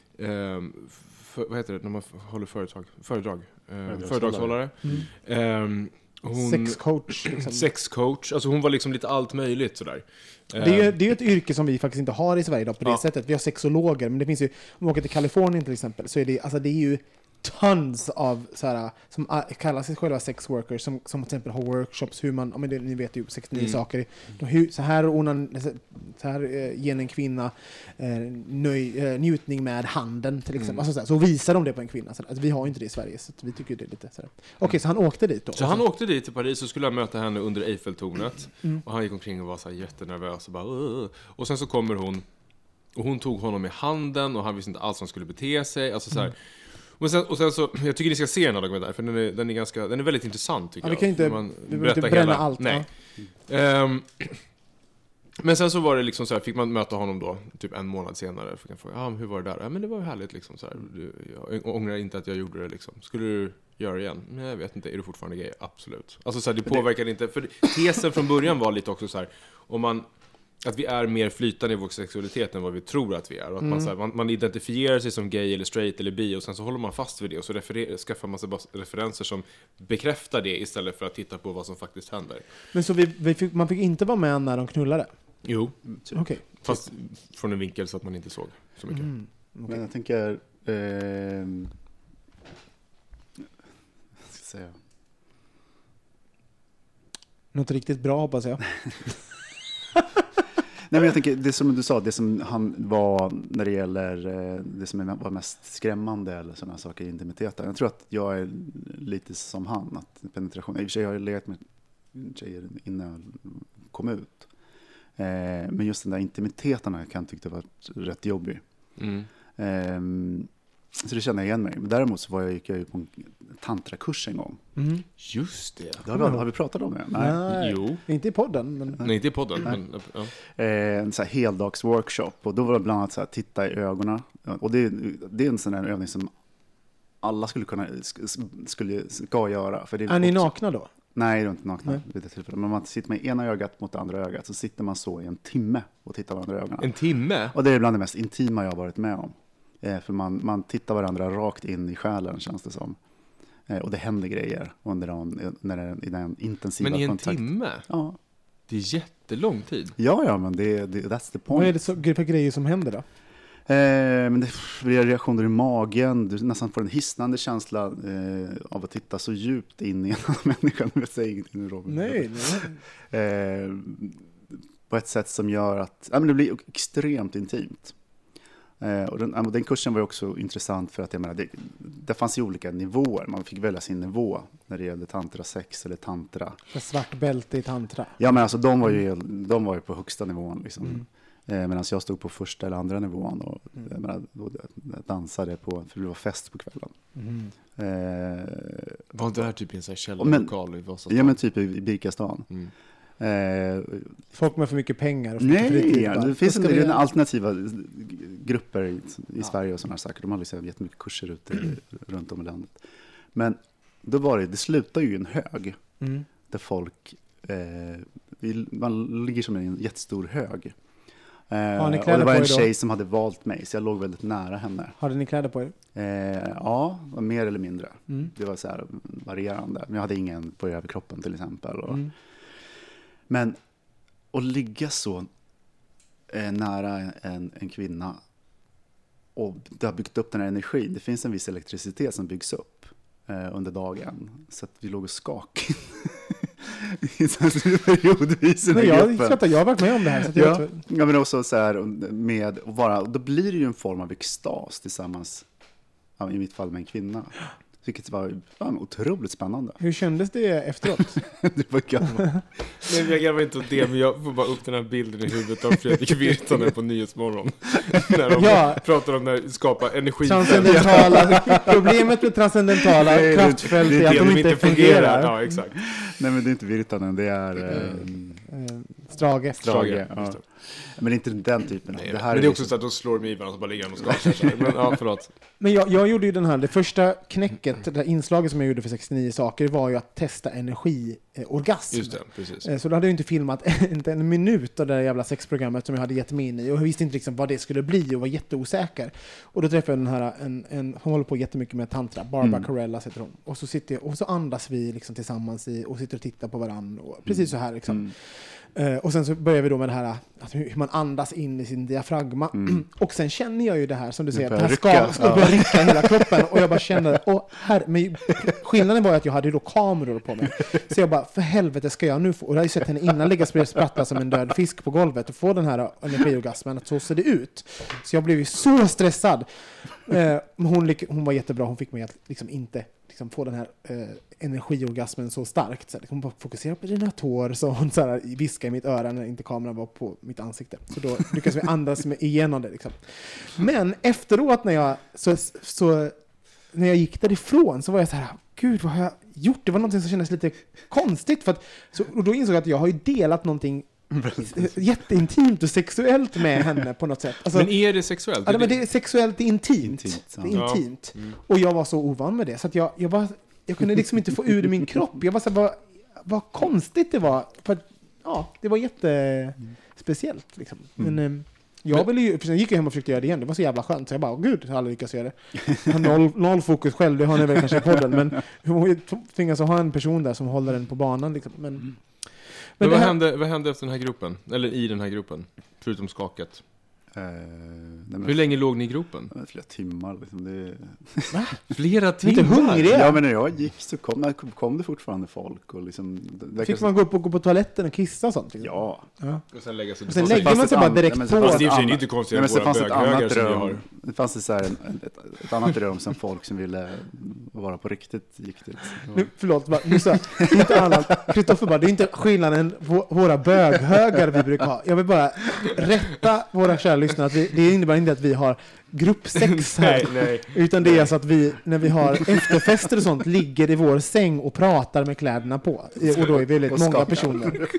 um, för, vad heter det när man håller företag? Föredrag. Um, föredragshållare. Mm. Um, Hon, sexcoach liksom. Sexcoach, alltså hon var liksom lite allt möjligt sådär. Det är ju det är ju ett yrke som vi faktiskt inte har i Sverige idag på det ja. sättet. Vi har sexologer, men det finns ju, om man åker till Kalifornien till exempel, så är det, alltså det är ju tons av så här, som kallar sig själva sex workers, som, som till exempel har workshops, hur man, ja, men det, ni vet ju sextionio mm. saker, hur, så här onan, så här eh, ger en kvinna eh, nöj, eh, njutning med handen till exempel, mm. alltså, så, här, så visar de det på en kvinna, så, alltså, vi har inte det i Sverige, så vi tycker det är lite så här. Okej, okay, så han åkte dit då? Så han åkte dit till Paris och skulle han möta henne under Eiffeltornet mm. och han gick omkring och var så här jättenervös och bara Åh! Och sen så kommer hon och hon tog honom i handen och han visste inte alls hur han skulle bete sig, alltså så här. Mm. Och sen, och sen så, jag tycker ni ska se den här dokumentären, för den är, den är ganska, den är väldigt intressant tycker ja, vi kan inte, jag. Man vi behöver inte bränna hela, allt. Nej. Ja. Um, men sen så var det liksom så här, fick man möta honom då, typ en månad senare. Fick jag fråga, ja, hur var det där? Ja, men det var ju härligt liksom så här. Du, jag ångrar inte att jag gjorde det liksom. Skulle du göra det igen? Nej, jag vet inte, är du fortfarande gay? Absolut. Alltså så här, det påverkar det... inte, för tesen från början var lite också så här, om man... Att vi är mer flytande i vår sexualitet än vad vi tror att vi är. Och att mm. man, så här, man, man identifierar sig som gay eller straight eller bi och sen så håller man fast vid det och så referer, skaffar man sig bara referenser som bekräftar det istället för att titta på vad som faktiskt händer. Men så vi, vi fick, man fick inte vara med när de knullade? Jo, typ. Okay. Fast från en vinkel så att man inte såg så mycket. Mm. Okay. Men jag tänker... Eh, säga. Något riktigt bra hoppas jag. Nej, men jag tänker, det som du sa, det som han var när det gäller det som var mest skrämmande eller sådana saker i intimiteten. Jag tror att jag är lite som han, att penetration, i och för sig har jag legat med tjejer innan jag kom ut. Eh, men just den där intimiteten kan jag tycka var rätt jobbig. Mm. Eh, så det känner jag igen mig. Men däremot så var jag, gick jag ju på en tantrakurs en gång. Mm. Just det. Det har, vi, har vi pratat om det? Nej. Nej, Jo. inte i podden. Men... Nej, inte i podden. Men, ja. Eh, en så här heldagsworkshop. Och då var det bland annat så här, titta i ögonen. Och det, det är en sån här övning som alla skulle kunna, skulle, ska göra. För det är är ni också... nakna då? Nej, det är inte nakna. Nej. Vid det tillfället. Men man sitter med ena ögat mot det andra ögat. Så sitter man så i en timme och tittar varandra i ögonen. En timme? Och det är bland det mest intima jag har varit med om. Eh, för man, man tittar varandra rakt in i själen, känns det som. Eh, och det händer grejer under den, när det, i den intensiva Men i en kontakt. timme? Ja. Det är jättelång tid. Ja, ja, men det, det, that's the point. Vad är det så, för grejer som händer då? Eh, men det blir reaktioner i magen. Du nästan får en hisnande känsla eh, av att titta så djupt in i en annan människa. Nu vet jag ingenting nu, Robin. Nej, nej. Eh, på ett sätt som gör att ja, men det blir extremt intimt. Eh, och den, och den kursen var också intressant för att jag menar, det, det fanns ju olika nivåer. Man fick välja sin nivå när det gällde tantra sex eller tantra. För svart bälte i tantra. Ja, men alltså de var ju, de var ju på högsta nivån liksom. Mm. Eh, medan jag stod på första eller andra nivån och mm. jag menar, då, jag dansade på, för det var fest på kvällen. Mm. Eh, Var det här typ i en sån här källarlokal i Vasastan? ja, men typ i, i Birkastan. Mm. Eh, Folk med för mycket pengar och för mycket nej, fritid, ja, bara, det finns en vad ska vi del göra? alternativa grupper i, i Ja. Sverige och sådana saker. De har liksom jättemycket kurser ute runt om i landet. Men då var det, det slutar ju i en hög Mm. där folk, eh, man ligger som i en jättestor hög. Eh, Har ni och kläder det var på en er då? tjej som hade valt mig, så jag låg väldigt nära henne. Hade ni kläder på er? Eh, ja, mer eller mindre. Mm. Det var så här varierande. Men jag hade ingen på överkroppen till exempel. Och, Mm. Men att ligga så eh, nära en, en kvinna och det har byggt upp den här energin. Det finns en viss elektricitet som byggs upp eh, under dagen. Så att vi låg och skakade. periodvis i den Nej, här jag, gruppen. jag, jag har varit med om det här. Så att jag Ja, vet, ja, men också så här med att vara, då blir det ju en form av extas tillsammans, ja, i mitt fall med en kvinna. Vilket var ja, otroligt spännande. hur kändes det efteråt? Det var gött. Nej, jag garvar inte åt det, men jag får bara upp den här bilden i huvudet av Fredrik Virtanen på Nyhetsmorgon. När de Ja. pratar om när skapa energi. Transcendentala, problemet med transcendentala Nej, det- kraftfält det- är det- att Det de de inte inte fungerar. fungerar. Ja, exakt. Nej, men det är inte Virtanen, det är eh, Eh, Strage. Strage. Ja. just det. Men det är inte den typen. Nej, det här men det är också liksom- så att då slår de i varandra och så bara ligger de och skakar sig. Men ja, förlåt. Men jag, jag gjorde ju den här, det första knäcket, det där inslaget som jag gjorde för sextionio saker var ju att testa energiorgasm. Just det, precis. Eh, Så då hade jag inte filmat inte en minut av det där jävla sexprogrammet som jag hade gett mig in i och jag visste inte liksom vad det skulle bli och var jätteosäker. Och då träffade jag den här, en, en, hon håller på jättemycket med tantra, Barbara Mm. Carella heter hon. Och så, sitter jag, och så andas vi liksom tillsammans i, och sitter och tittar på varandra. Och, precis så här liksom. Mm. Eh, och sen så börjar vi då med det här att hur hur man andas in i sin diafragma. Mm. Och sen känner jag ju det här som du säger, att det börjar här ska, rycka. ska Ja. börja rycka hela kroppen. Och jag bara kände, åh, här, men skillnaden var ju att jag hade då kameror på mig. Så jag bara, för helvete ska jag nu få, och jag hade ju sett henne innan ligga och sprattla som en död fisk på golvet och få den här energiorgasmen, att så ser det ut. Så jag blev ju så stressad. Eh, men hon, lik- hon var jättebra, hon fick mig att liksom inte liksom få den här eh, energiorgasmen så starkt. Så här, hon bara fokuserade på dina tår, så hon så här, viskade i mitt öra när inte kameran var på mitt ansikte. Så då lyckades vi andas med igenom det. Liksom. Men efteråt när jag, så, så, när jag gick därifrån så var jag så här, gud vad har jag gjort? Det var någonting som kändes lite konstigt. För att, så, och då insåg jag att jag har ju delat någonting jätteintimt och sexuellt med henne på något sätt. Alltså, Men är det sexuellt? ja, men det är sexuellt intimt. Intimt, ja. Det är intimt. Ja. Mm. Och jag var så ovan med det. Så att jag, jag, bara, jag kunde liksom inte få ur det i min kropp. Jag var så här, vad, vad konstigt det var. För att, ja, det var jättespeciellt. Liksom. Men mm. jag ville ju, sen gick jag hem och försökte göra det igen. Det var så jävla skönt. Så jag bara, åh gud, jag har aldrig lyckats göra det. Jag har noll, noll fokus själv, det har ni väl kanske i podden. Men hon tvingas att ha en person där som håller den på banan. Liksom. Men, Men men vad, det här, hände, vad hände efter den här gruppen? Eller i den här gruppen? Förutom skaket. Eh, nej, men, Hur länge låg ni i gropen? Flera timmar. Liksom. Det... Flera Inte timmar? hungriga? Ja, men när jag gick så kom, kom det fortfarande folk. Och liksom, det, Fick man gå upp och gå på toaletten och kissa och sånt? Liksom? Ja. ja. Och sen lägga sig och sen på lägger fanns man ett sig bara an- direkt nej, men på. så fanns Fast det är ett ju annat- inte konstigt nej, att men så våra fanns ett böghögar annat som vi rum. har. Det fanns det så här ett, ett, ett annat rum som folk som ville vara på riktigt gick dit. Nu, förlåt, bara, nu sa jag, inte annat. Kristoffer bara, det är inte skillnaden på våra böghögar vi brukar ha. Jag vill bara rätta våra kära lyssnare att vi, det innebär inte att vi har gruppsex här. Nej, nej. Utan det är så att vi, när vi har efterfester och sånt, ligger i vår säng och pratar med kläderna på. Och då är vi väldigt Och många skakar. personer.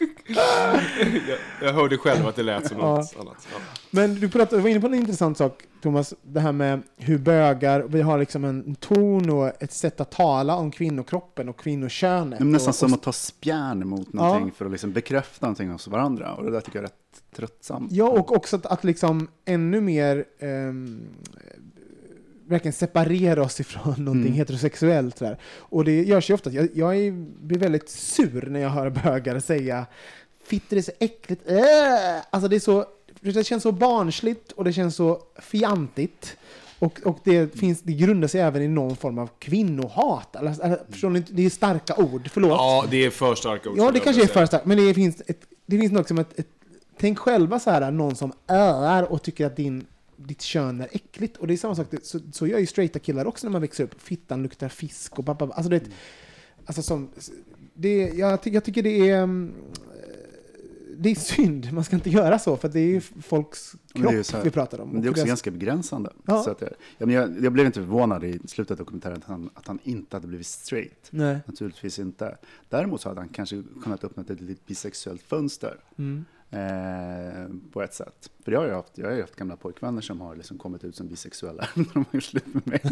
jag, jag hörde själv att det lät som Ja. något annat. Ja. Men du, pratade, du var inne på en intressant sak, Thomas. Det här med hur bögar, vi har liksom en ton och ett sätt att tala om kvinnokroppen och kvinnokönet. Det är nästan och, som och, att ta spjärn mot någonting Ja. för att liksom bekräfta någonting hos varandra. Och det där tycker jag är rätt tröttsamt. Ja, och också att, att liksom ännu mer ehm, verkligen separera oss ifrån någonting Mm. heterosexuellt. Där. Och det görs ju ofta. Jag, jag är, blir väldigt sur när jag hör bögar säga fitter är så äckligt. Äh! Alltså det är så, det känns så barnsligt och det känns så fjantigt. Och, och det, finns, det grundar sig även i någon form av kvinnohat. Alltså, alltså, förstår ni? Det är starka ord, förlåt. Ja, det är för starka ord. Ja, skulle det jag kanske är vilja för säga. starkt. Men det finns, ett, det finns något som ett, ett... Tänk själva så här, någon som öar och tycker att din, ditt kön är äckligt. Och det är samma sak, det, så, så gör ju straighta killar också när man växer upp. Fittan luktar fisk och pappa. Alltså det, alltså som, det, jag, ty, jag tycker det är... um, Det är synd, man ska inte göra så, för det är ju folks Men det är ju kropp så här- vi pratar om. Men det är Och också deras- ganska begränsande. Ja. Så att jag, ja, men jag, jag blev inte förvånad i slutet av dokumentären att han, att han inte hade blivit straight. Nej. Naturligtvis inte. Däremot så hade han kanske kunnat öppna ett litet bisexuellt fönster. Mm. Eh, på ett sätt. För jag har ju haft, jag har ju haft gamla pojkvänner som har liksom kommit ut som bisexuella när de har gjort slut med mig.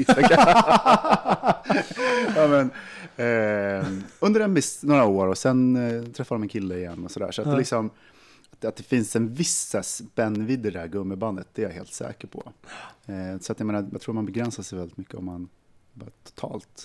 ja, men, eh, under en viss, några år och sen eh, träffar de en kille igen och sådär. Så att, Ja. det liksom, att, att det finns en viss spännvidd i det här gummibandet, det är jag helt säker på. Eh, så att jag menar, jag tror man begränsar sig väldigt mycket om man bara totalt,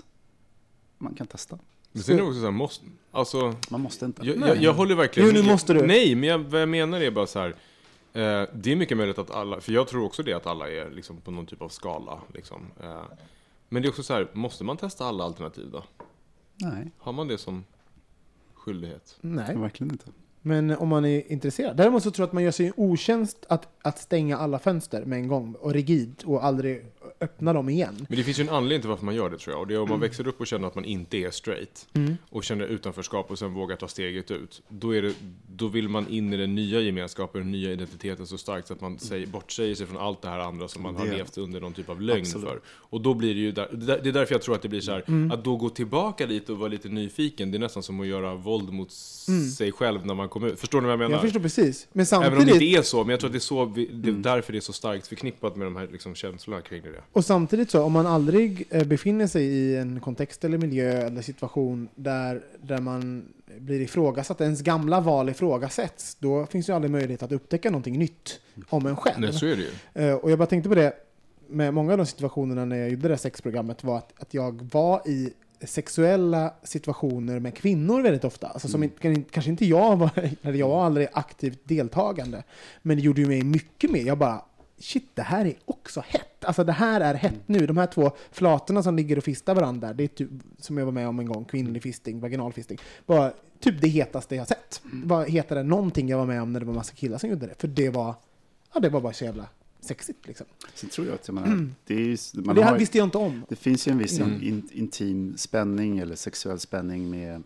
man kan testa. Men sen är det också så här, måste, alltså, Man måste inte. jag, jag, jag håller verkligen... Jo, nu måste du. Nej, men jag, vad jag menar är bara så här, eh, det är mycket möjligt att alla, för jag tror också det att alla är liksom på någon typ av skala, liksom. Eh, men det är också så här, måste man testa alla alternativ då? Nej, Har man det som skyldighet? Nej. verkligen inte. Men om man är intresserad. Däremot så tror jag att man gör sig en otjänst att, att stänga alla fönster med en gång och rigid och aldrig öppna dem igen. Men det finns ju en anledning till varför man gör det, tror jag. Och det är om man växer upp och känner att man inte är straight Mm. och känner utanförskap och sen vågar ta steget ut. Då, är det, då vill man in i den nya gemenskapen, den nya identiteten så starkt så att man säger, bortsäger sig från allt det här andra som man har Det- levt under någon typ av lögn Absolut. för. Och då blir det ju där, det där- det är därför jag tror att det blir så här, Mm. att då gå tillbaka lite och vara lite nyfiken, det är nästan som att göra våld mot sig själv när man kommer ut. Förstår ni vad jag menar? Mm. Jag förstår precis. Men Även om det samtidigt, inte är så, men jag tror att det är, så vi, det är därför det är så starkt förknippat med de här liksom, känslorna kring det. och samtidigt så, om man aldrig eh, befinner sig i en kontext eller miljö eller situation där, där man blir ifrågasatt, ens gamla val ifrågasätts, då finns ju aldrig möjlighet att upptäcka någonting nytt om en själv. Nej, så är det ju. Eh, och jag bara tänkte på det, med många av de situationerna när jag gjorde det där sexprogrammet var att, att jag var i sexuella situationer med kvinnor väldigt ofta. Alltså som inte, kanske inte jag var, eller jag var aldrig aktivt deltagande, men det gjorde ju mig mycket mer. Jag bara, shit, det här är också hett. Alltså det här är hett nu. De här två flatorna som ligger och fistar varandra, det är typ, som jag var med om en gång, kvinnlig fisting, vaginalfisting. Bara typ det hetaste jag har sett. Vad heter det? Någonting jag var med om när det var massa killar som gjorde det. För det var, ja, det var bara så jävla sexigt liksom. Sen tror jag att jag menar, det, är ju, man det här har, visste jag inte om. det finns ju en viss Mm. in, intim spänning eller sexuell spänning med,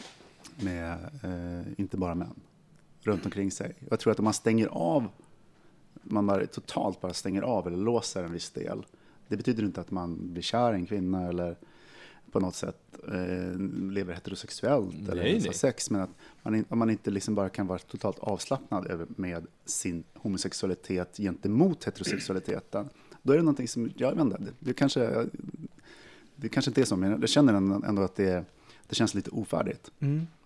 med eh, inte bara män runt omkring sig. Jag tror att om man stänger av, man bara totalt bara stänger av eller låser en viss del, det betyder inte att man blir kär i en kvinna eller på något sätt eh, lever heterosexuellt Nej, eller nej. har sex, men att man, in, om man inte liksom bara kan vara totalt avslappnad över, med sin homosexualitet gentemot heterosexualiteten, då är det någonting som, jag vet inte, det, det, kanske, det kanske inte är så, men jag känner ändå att det, det känns lite ofärdigt. Mm.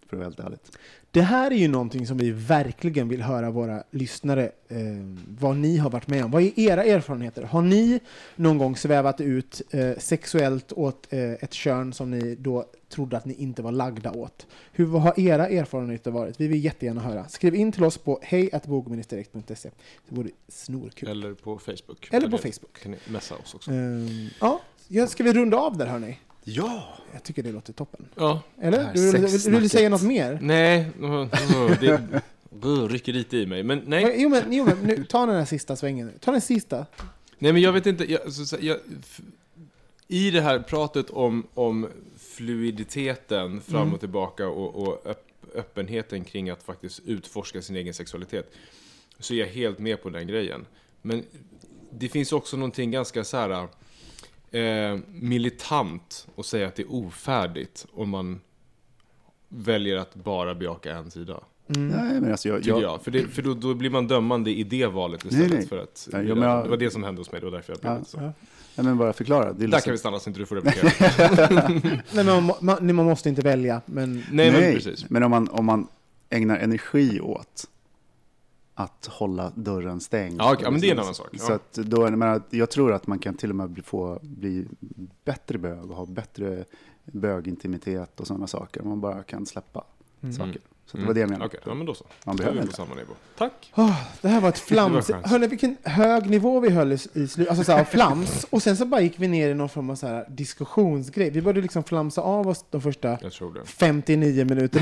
för att vara helt ärligt. Det här är ju någonting som vi verkligen vill höra våra lyssnare, eh, vad ni har varit med om. Vad är era erfarenheter? Har ni någon gång svävat ut eh, sexuellt åt eh, ett kön som ni då trodde att ni inte var lagda åt? Hur vad har era erfarenheter varit? Vi vill jättegärna höra. Skriv in till oss på hej at bogministerdirekt punkt se. Det vore snorkul. Eller på Facebook. Eller på Facebook. Kan ni messa oss också. Um, ja, ska vi runda av där, hörni? Ja! Jag tycker det låter toppen. Ja. Eller? Du, vill, vill, vill du säga något mer? Nej, det rycker lite i mig. Men nej. Jo, men, jo, men nu, ta den här sista svängen. Ta den sista. Nej, men jag vet inte. Jag, så, jag, I det här pratet om, om fluiditeten fram och Mm. tillbaka och, och öpp, öppenheten kring att faktiskt utforska sin egen sexualitet, så är jag helt med på den grejen. Men det finns också någonting ganska så här eh, militant att säga att det är ofärdigt om man väljer att bara bejaka en sida. Mm. Nej, men alltså jag, Tycker jag, jag. För, det, för då, då blir man dömande i det valet istället. Nej, nej. För att, Nej, ja, men jag- det var det som hände hos mig, det var därför jag blev Ja. lite så. Ja. ja, men bara förklara. Det är Där liksom, kan vi stanna så inte du får replikera. Nej, men man, må- man, man måste inte välja, men... Nej, nej, men precis. men om man, om man ägnar energi åt att hålla dörren stängd. Ja, okej, ja, men det är en annan sak. Så Ja. att då, jag, menar, jag tror att man kan till och med bli, få bli bättre bög och ha bättre bögintimitet och sådana saker. Om man bara kan släppa saker. Så det var det jag menade. Okej, ja, men då så. Man Då är behöver vi på inte. samma nivå. Tack. Oh, det här var ett flams. Det var skönt. Hörrni, vilken hög nivå vi höll i, i slut. Alltså så här, flams. Och sen så bara gick vi ner i någon form av så här diskussionsgrej. Vi började liksom flamsa av oss de första Jag tror det. femtionio minuterna.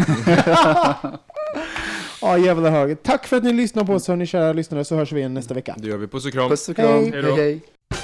Ja, jävla hög. Tack för att ni lyssnar på oss, hörni, kära lyssnare, så hörs vi igen nästa vecka. Det gör vi. Puss och kram. Puss och kram. Hej. Hej, Hej då. hej.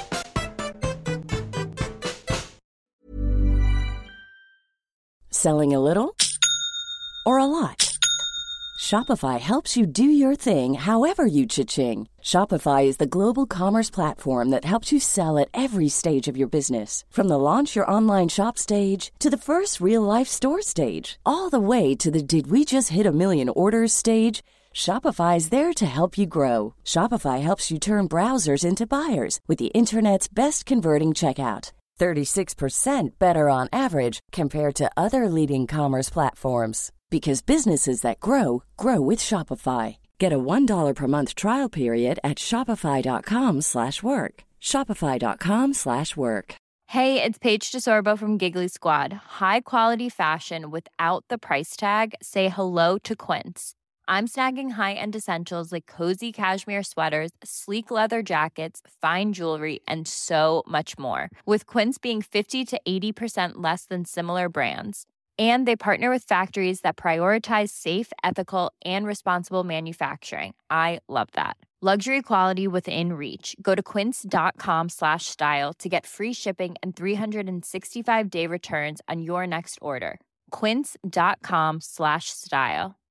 Selling a little or a lot? Shopify helps you do your thing however you cha-ching. Shopify is the global commerce platform that helps you sell at every stage of your business. From the launch your online shop stage to the first real-life store stage, all the way to the did we just hit a million orders stage. Shopify is there to help you grow. Shopify helps you turn browsers into buyers with the internet's best converting checkout. thirty-six percent better on average compared to other leading commerce platforms. Because businesses that grow, grow with Shopify. Get a one dollar per month trial period at shopify.com slash work. Shopify.com slash work. Hey, it's Paige DeSorbo from Giggly Squad. High quality fashion without the price tag. Say hello to Quince. I'm snagging high-end essentials like cozy cashmere sweaters, sleek leather jackets, fine jewelry, and so much more. With Quince being fifty to eighty percent less than similar brands. And they partner with factories that prioritize safe, ethical, and responsible manufacturing. I love that. Luxury quality within reach. Go to quince.com slash style to get free shipping and three sixty-five day returns on your next order. Quince.com slash style.